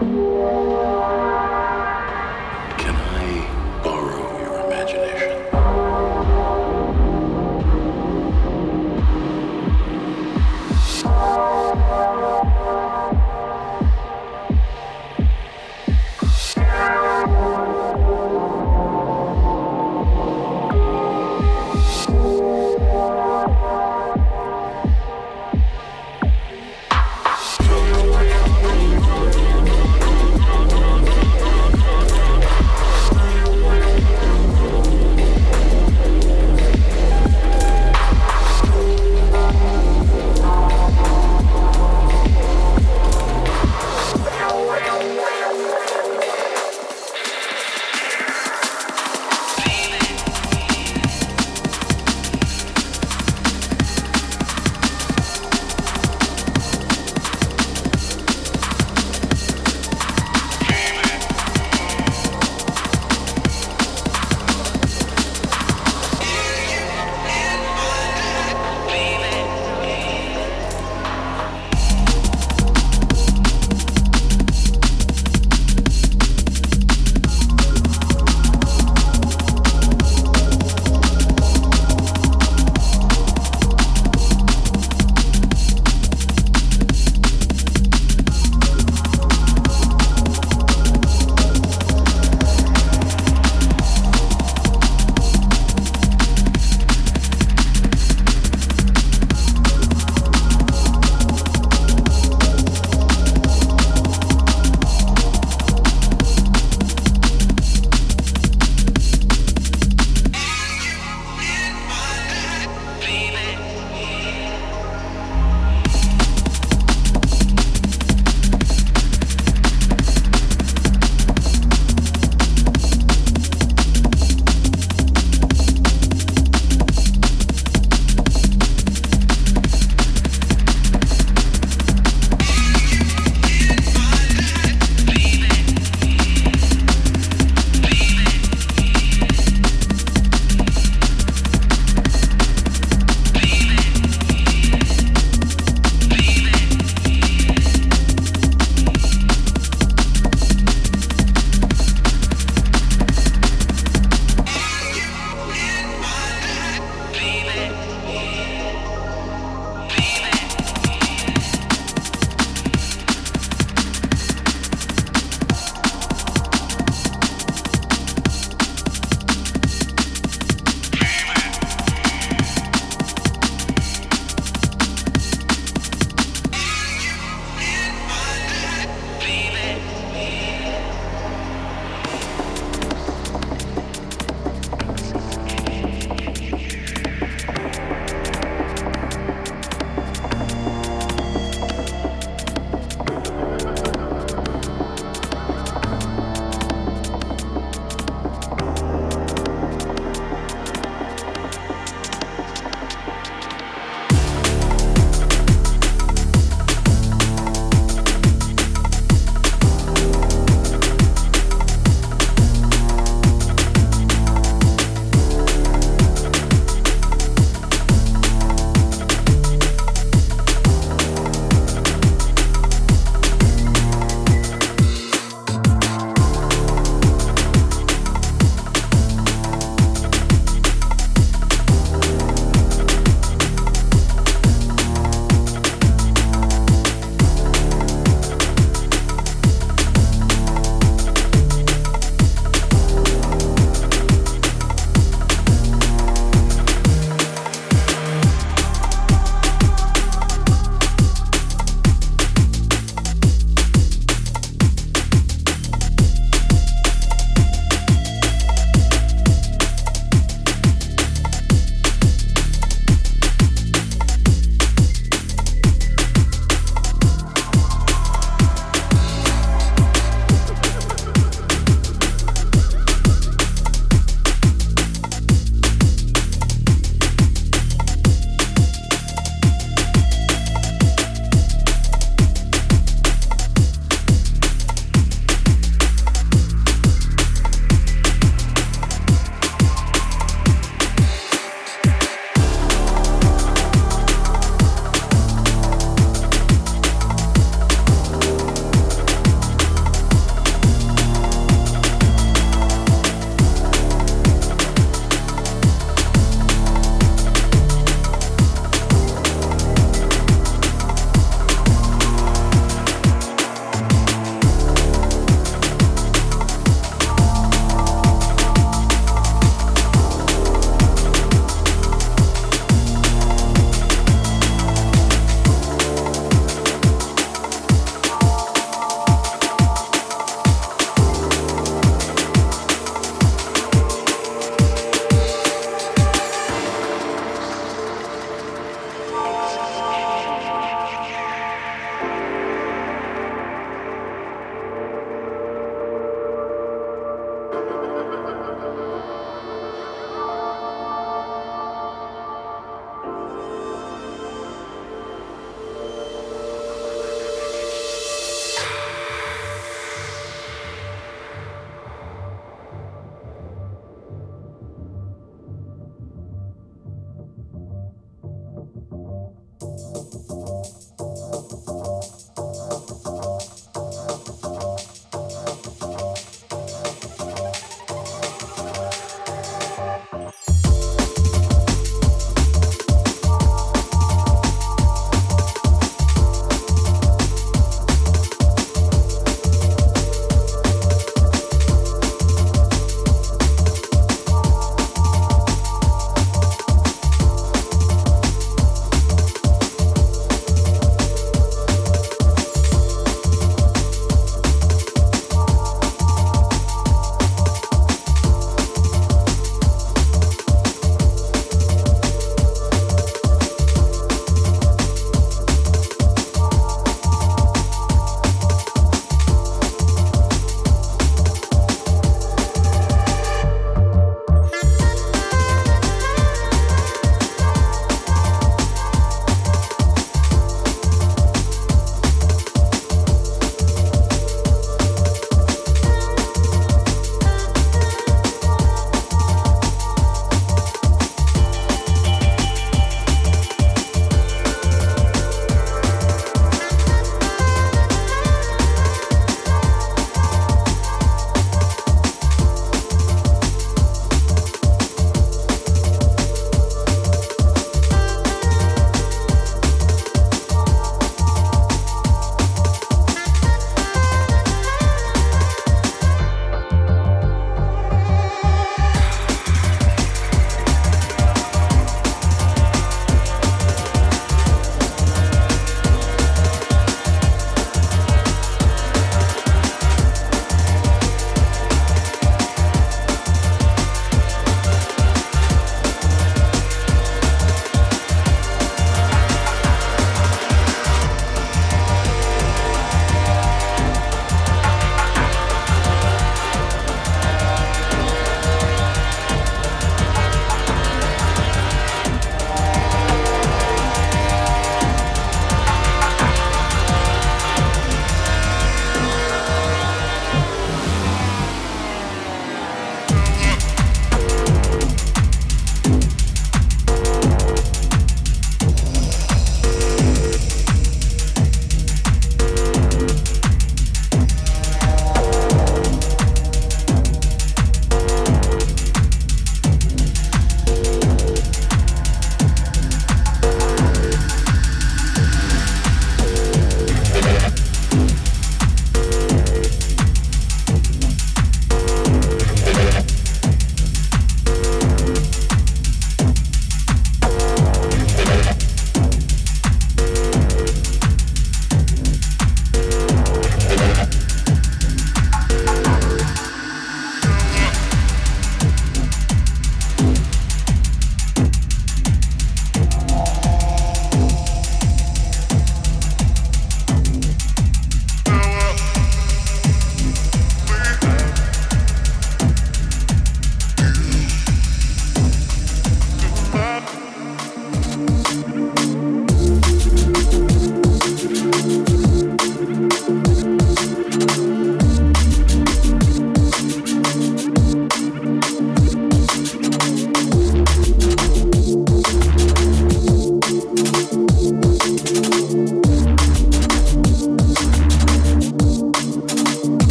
Can I borrow your imagination?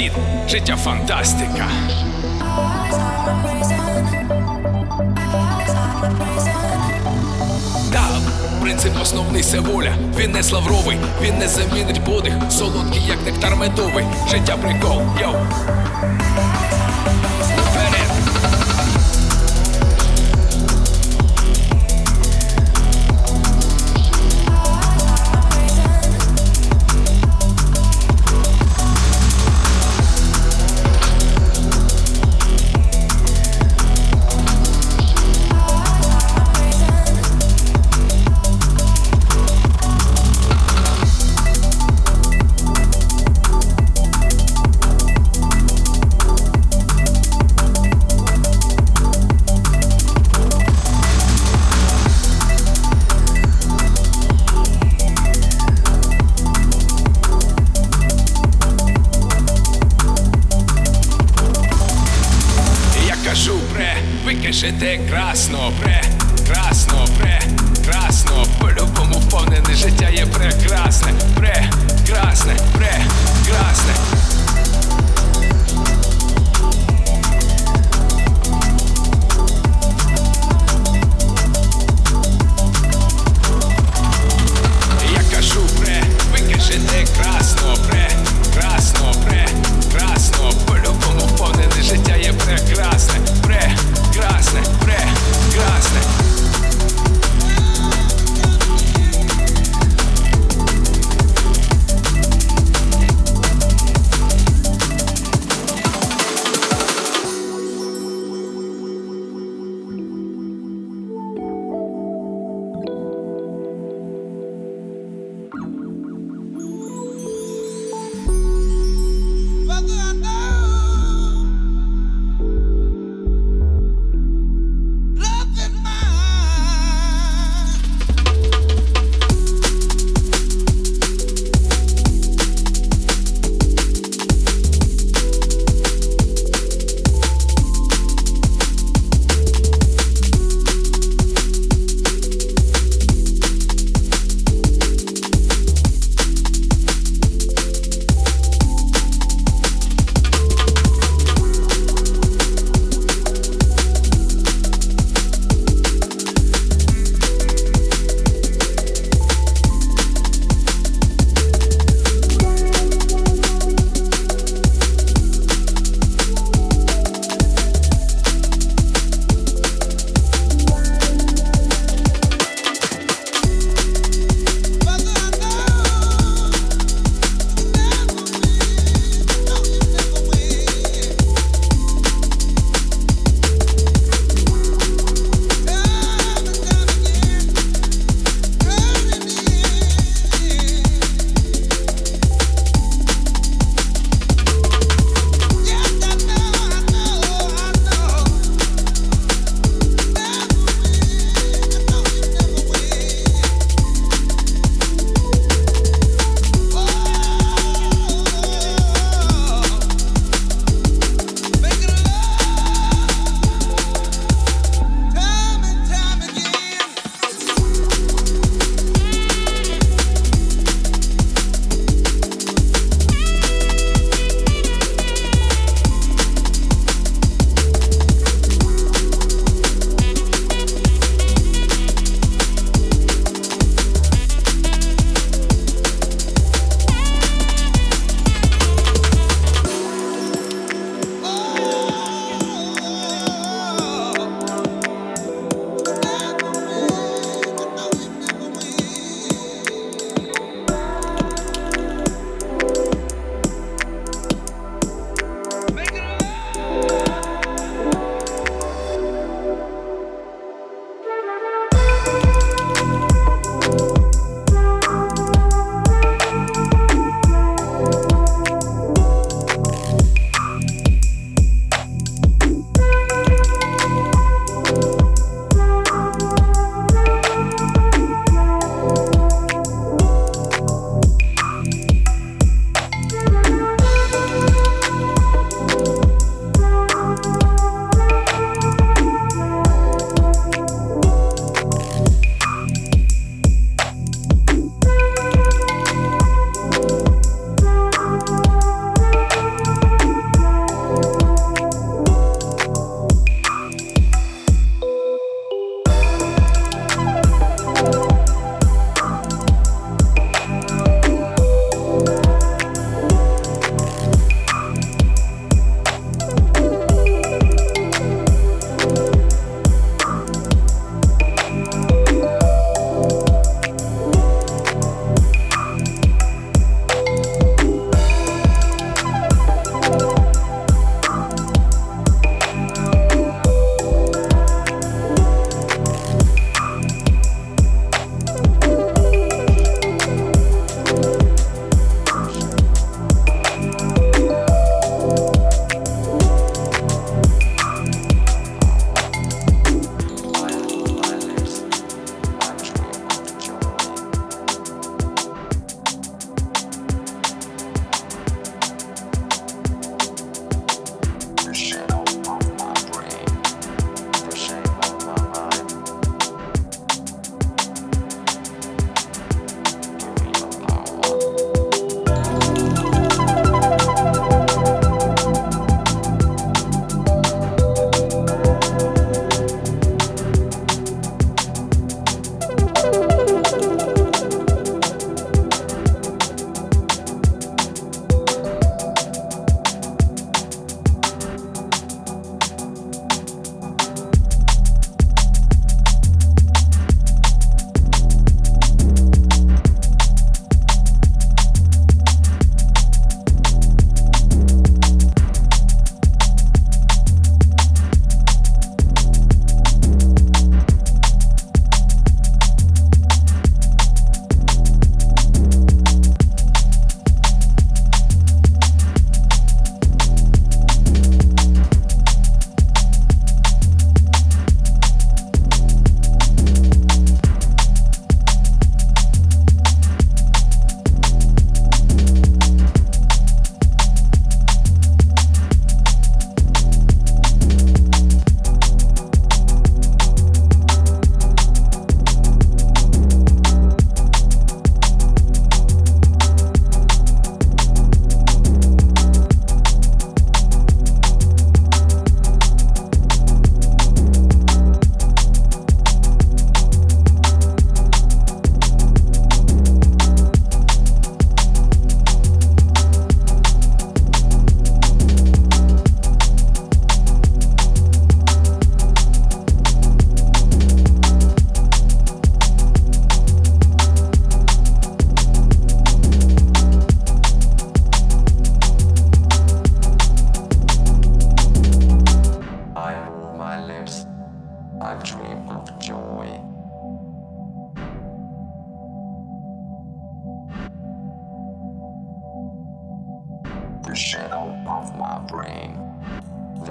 світ, життя фантастика. Да, принцип основний це воля. Він не славровий, він не замінить подих. Солодкий, як нектар медовий. Життя прикол, йоу. Вперед. Жити красно, прекрасно, прекрасно. По-любому вповнене життя є прекрасне, прекрасне, прекрасне. Я кажу привики жити красно, прекрасно, прекрасно. По-любому вповнене життя є прекрасне, прекрасне, прекрасне.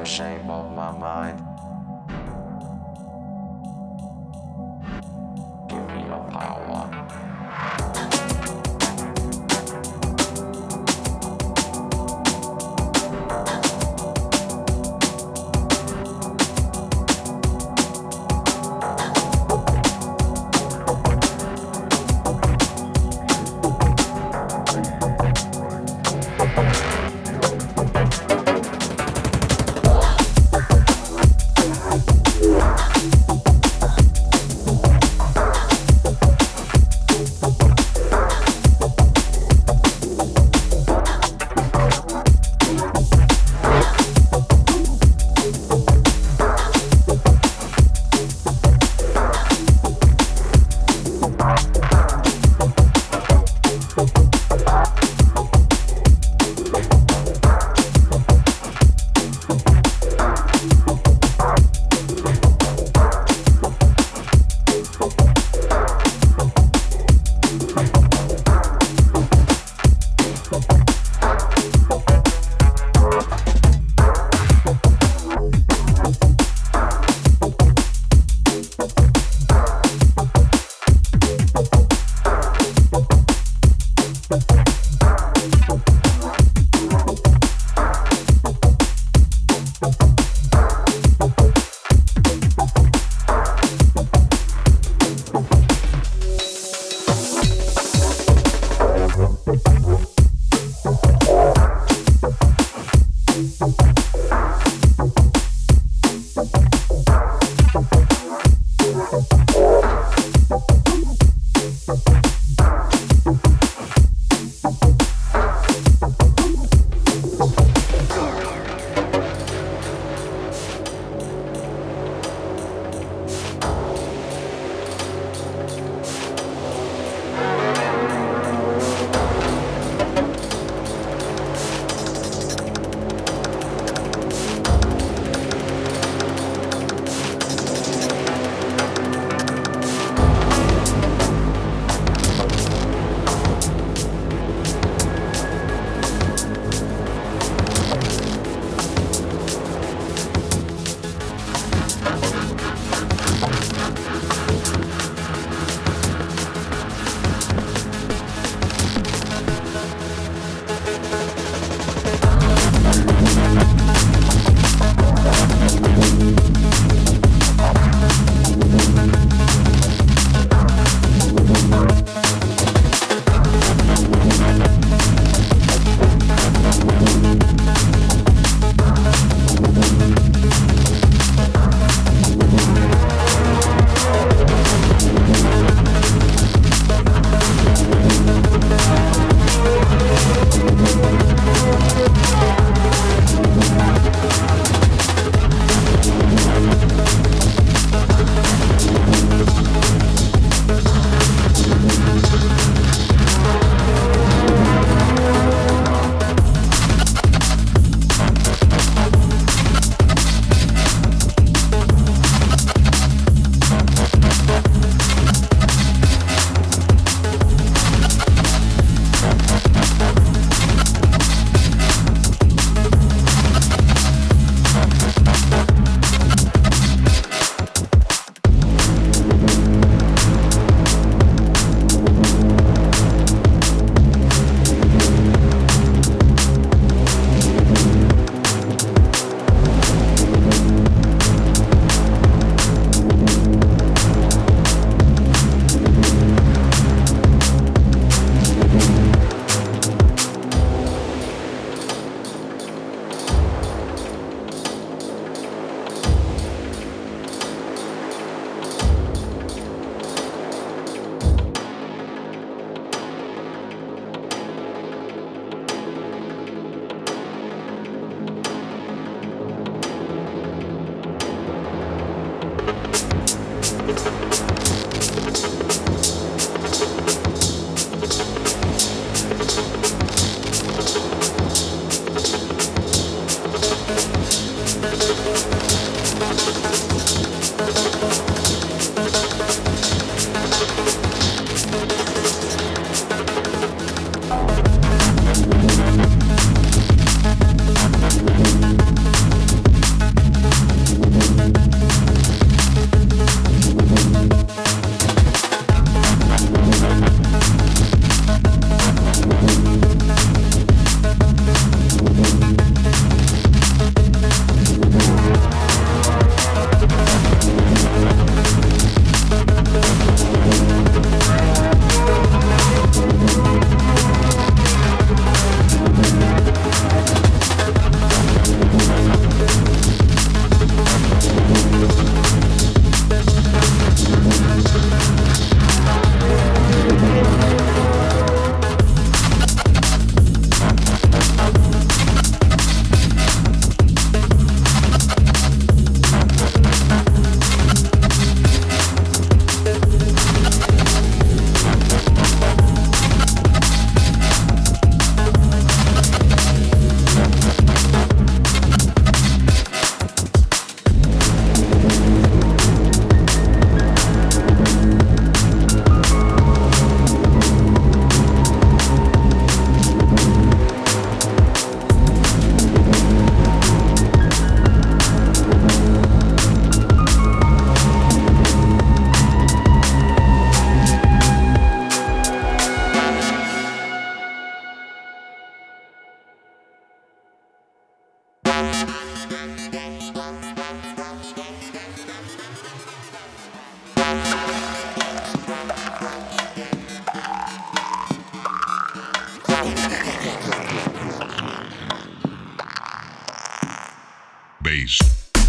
shame of my mind. Give me your power. Bass.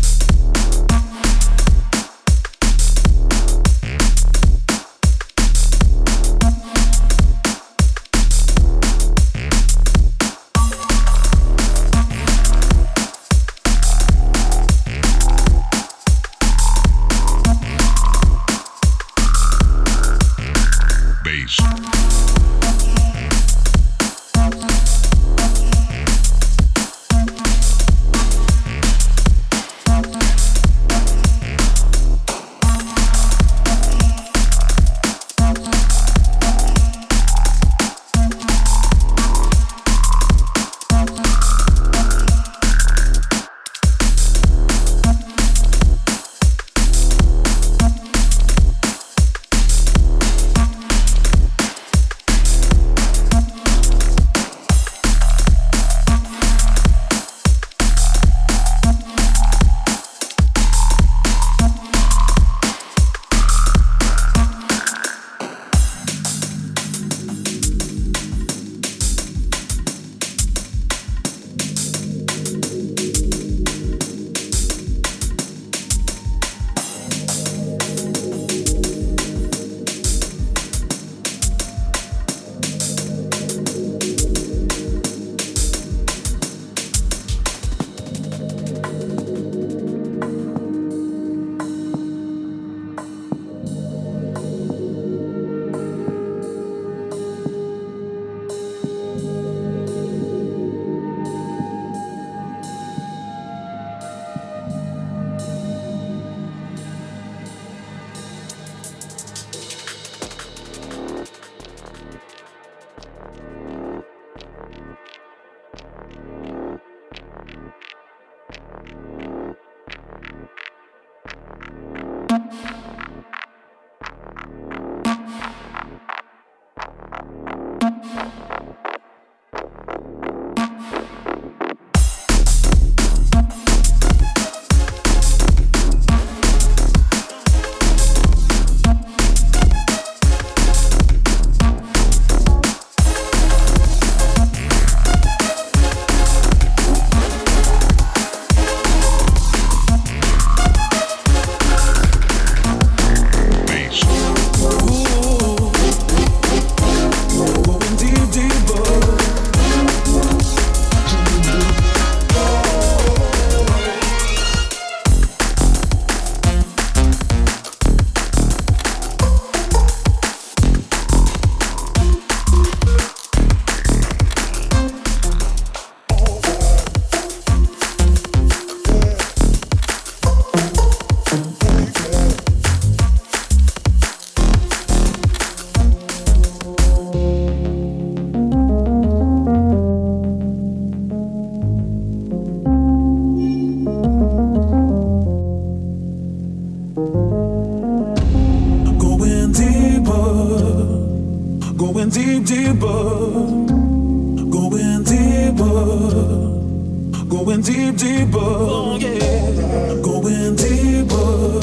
Going deep, deeper. Oh, yeah. Going deeper.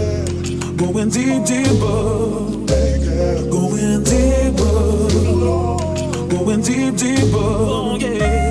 Going deep, deeper. Going deeper. Going deep, deeper. Oh, yeah.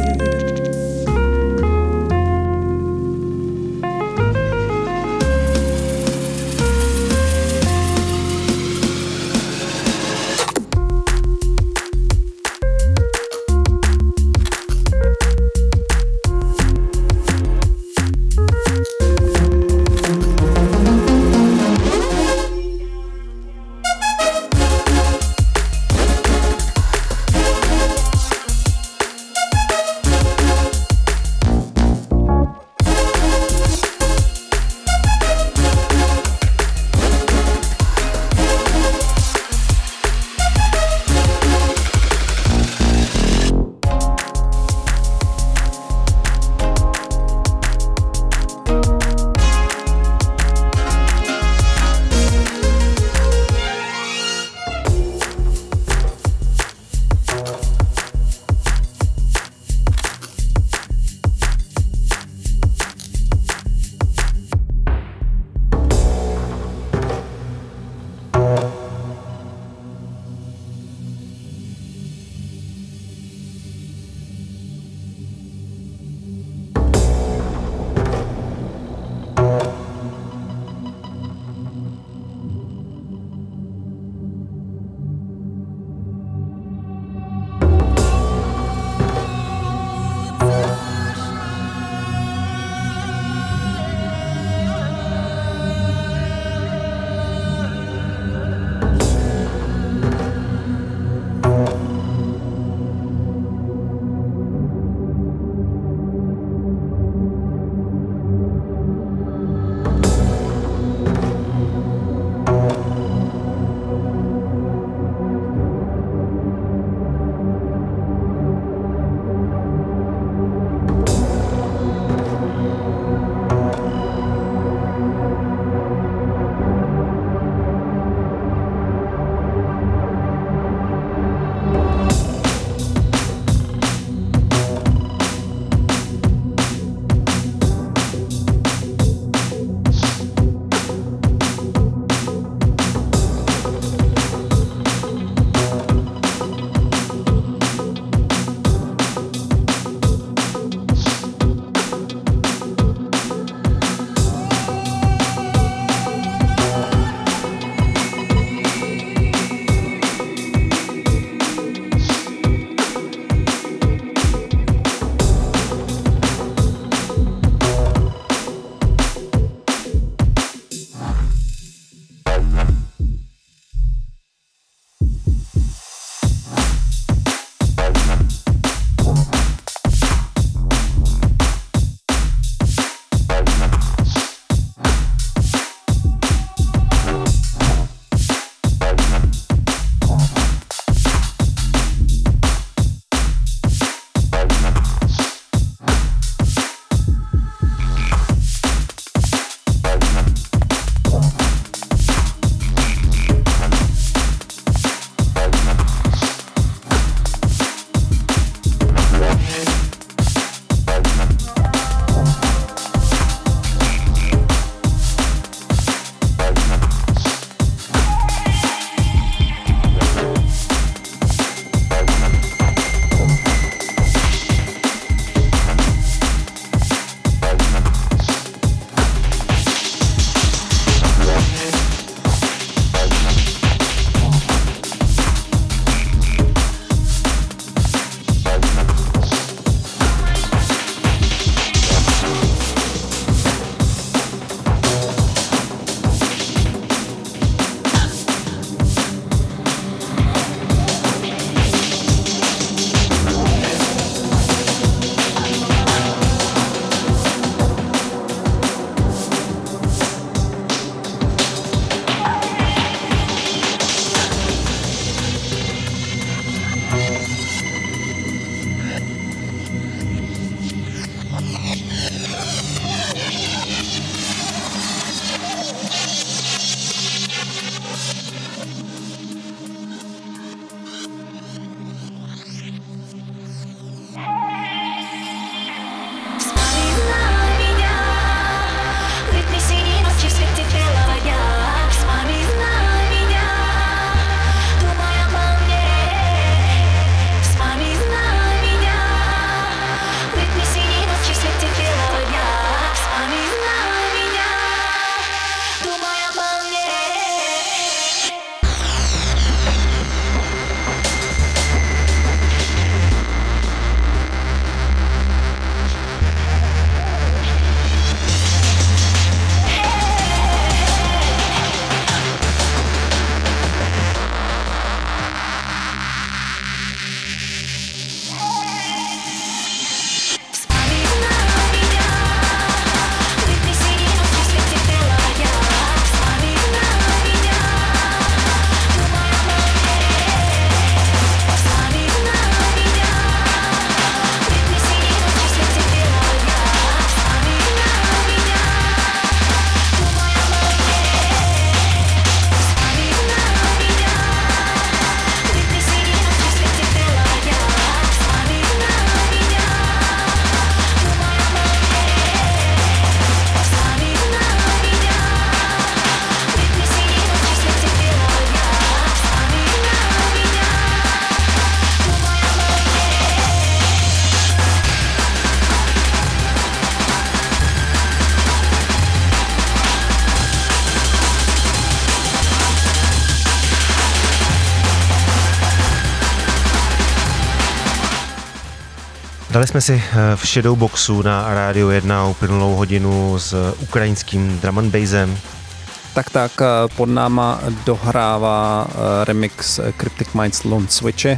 Dali jsme si v Shadowboxu na Rádiu 1 uplynulou hodinu s ukrajinským drum and bassem. Tak, pod náma dohrává remix Cryptic Minds Lone Switche.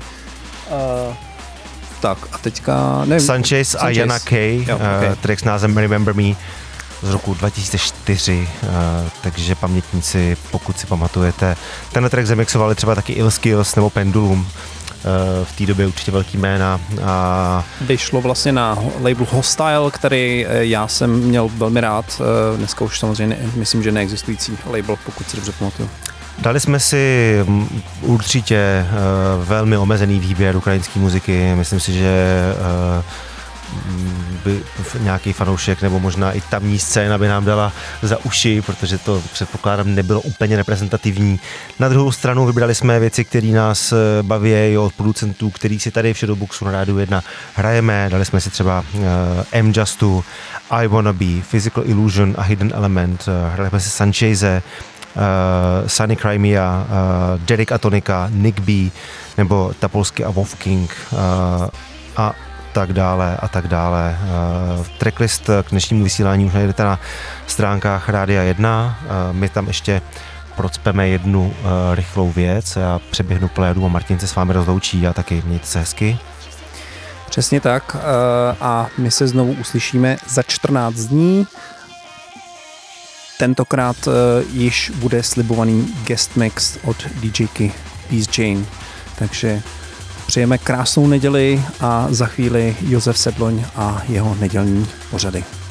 Tak a teďka... Nevím, Sanchez a Jana Kay, track s názvem Remember Me z roku 2004, takže pamětníci, pokud si pamatujete, tenhle track zemixovali třeba taky Ill Skills nebo Pendulum, v té době určitě velký jména. Vyšlo vlastně na label Hostile, který já jsem měl velmi rád, dneska už samozřejmě myslím, že neexistující label, pokud si dobře pamatuju. Dali jsme si určitě velmi omezený výběr ukrajinské muziky, myslím si, že by nějaký fanoušek nebo možná i tamní scéna by nám dala za uši, protože to předpokládám nebylo úplně reprezentativní. Na druhou stranu vybrali jsme věci, které nás baví od producentů, který si tady v Shadowboxu na Rádiu 1 hrajeme. Dali jsme si třeba M Justu, I Wanna Be, Physical Illusion a Hidden Element. Hrali jsme si Sancheze, Sunny Crimea, Derek Atonika, Nick B, nebo Tapolsky a Wolfking a tak dále. Tracklist k dnešnímu vysílání už najdete na stránkách Rádia 1. My tam ještě procpeme jednu rychlou věc. Já přeběhnu plédu a Martin se s vámi rozloučí a taky mějte se hezky. Přesně tak a my se znovu uslyšíme za 14 dní. Tentokrát již bude slibovaný guest mix od DJky Beast Jane. Takže přejeme krásnou neděli a za chvíli Josef Sedloň a jeho nedělní pořady.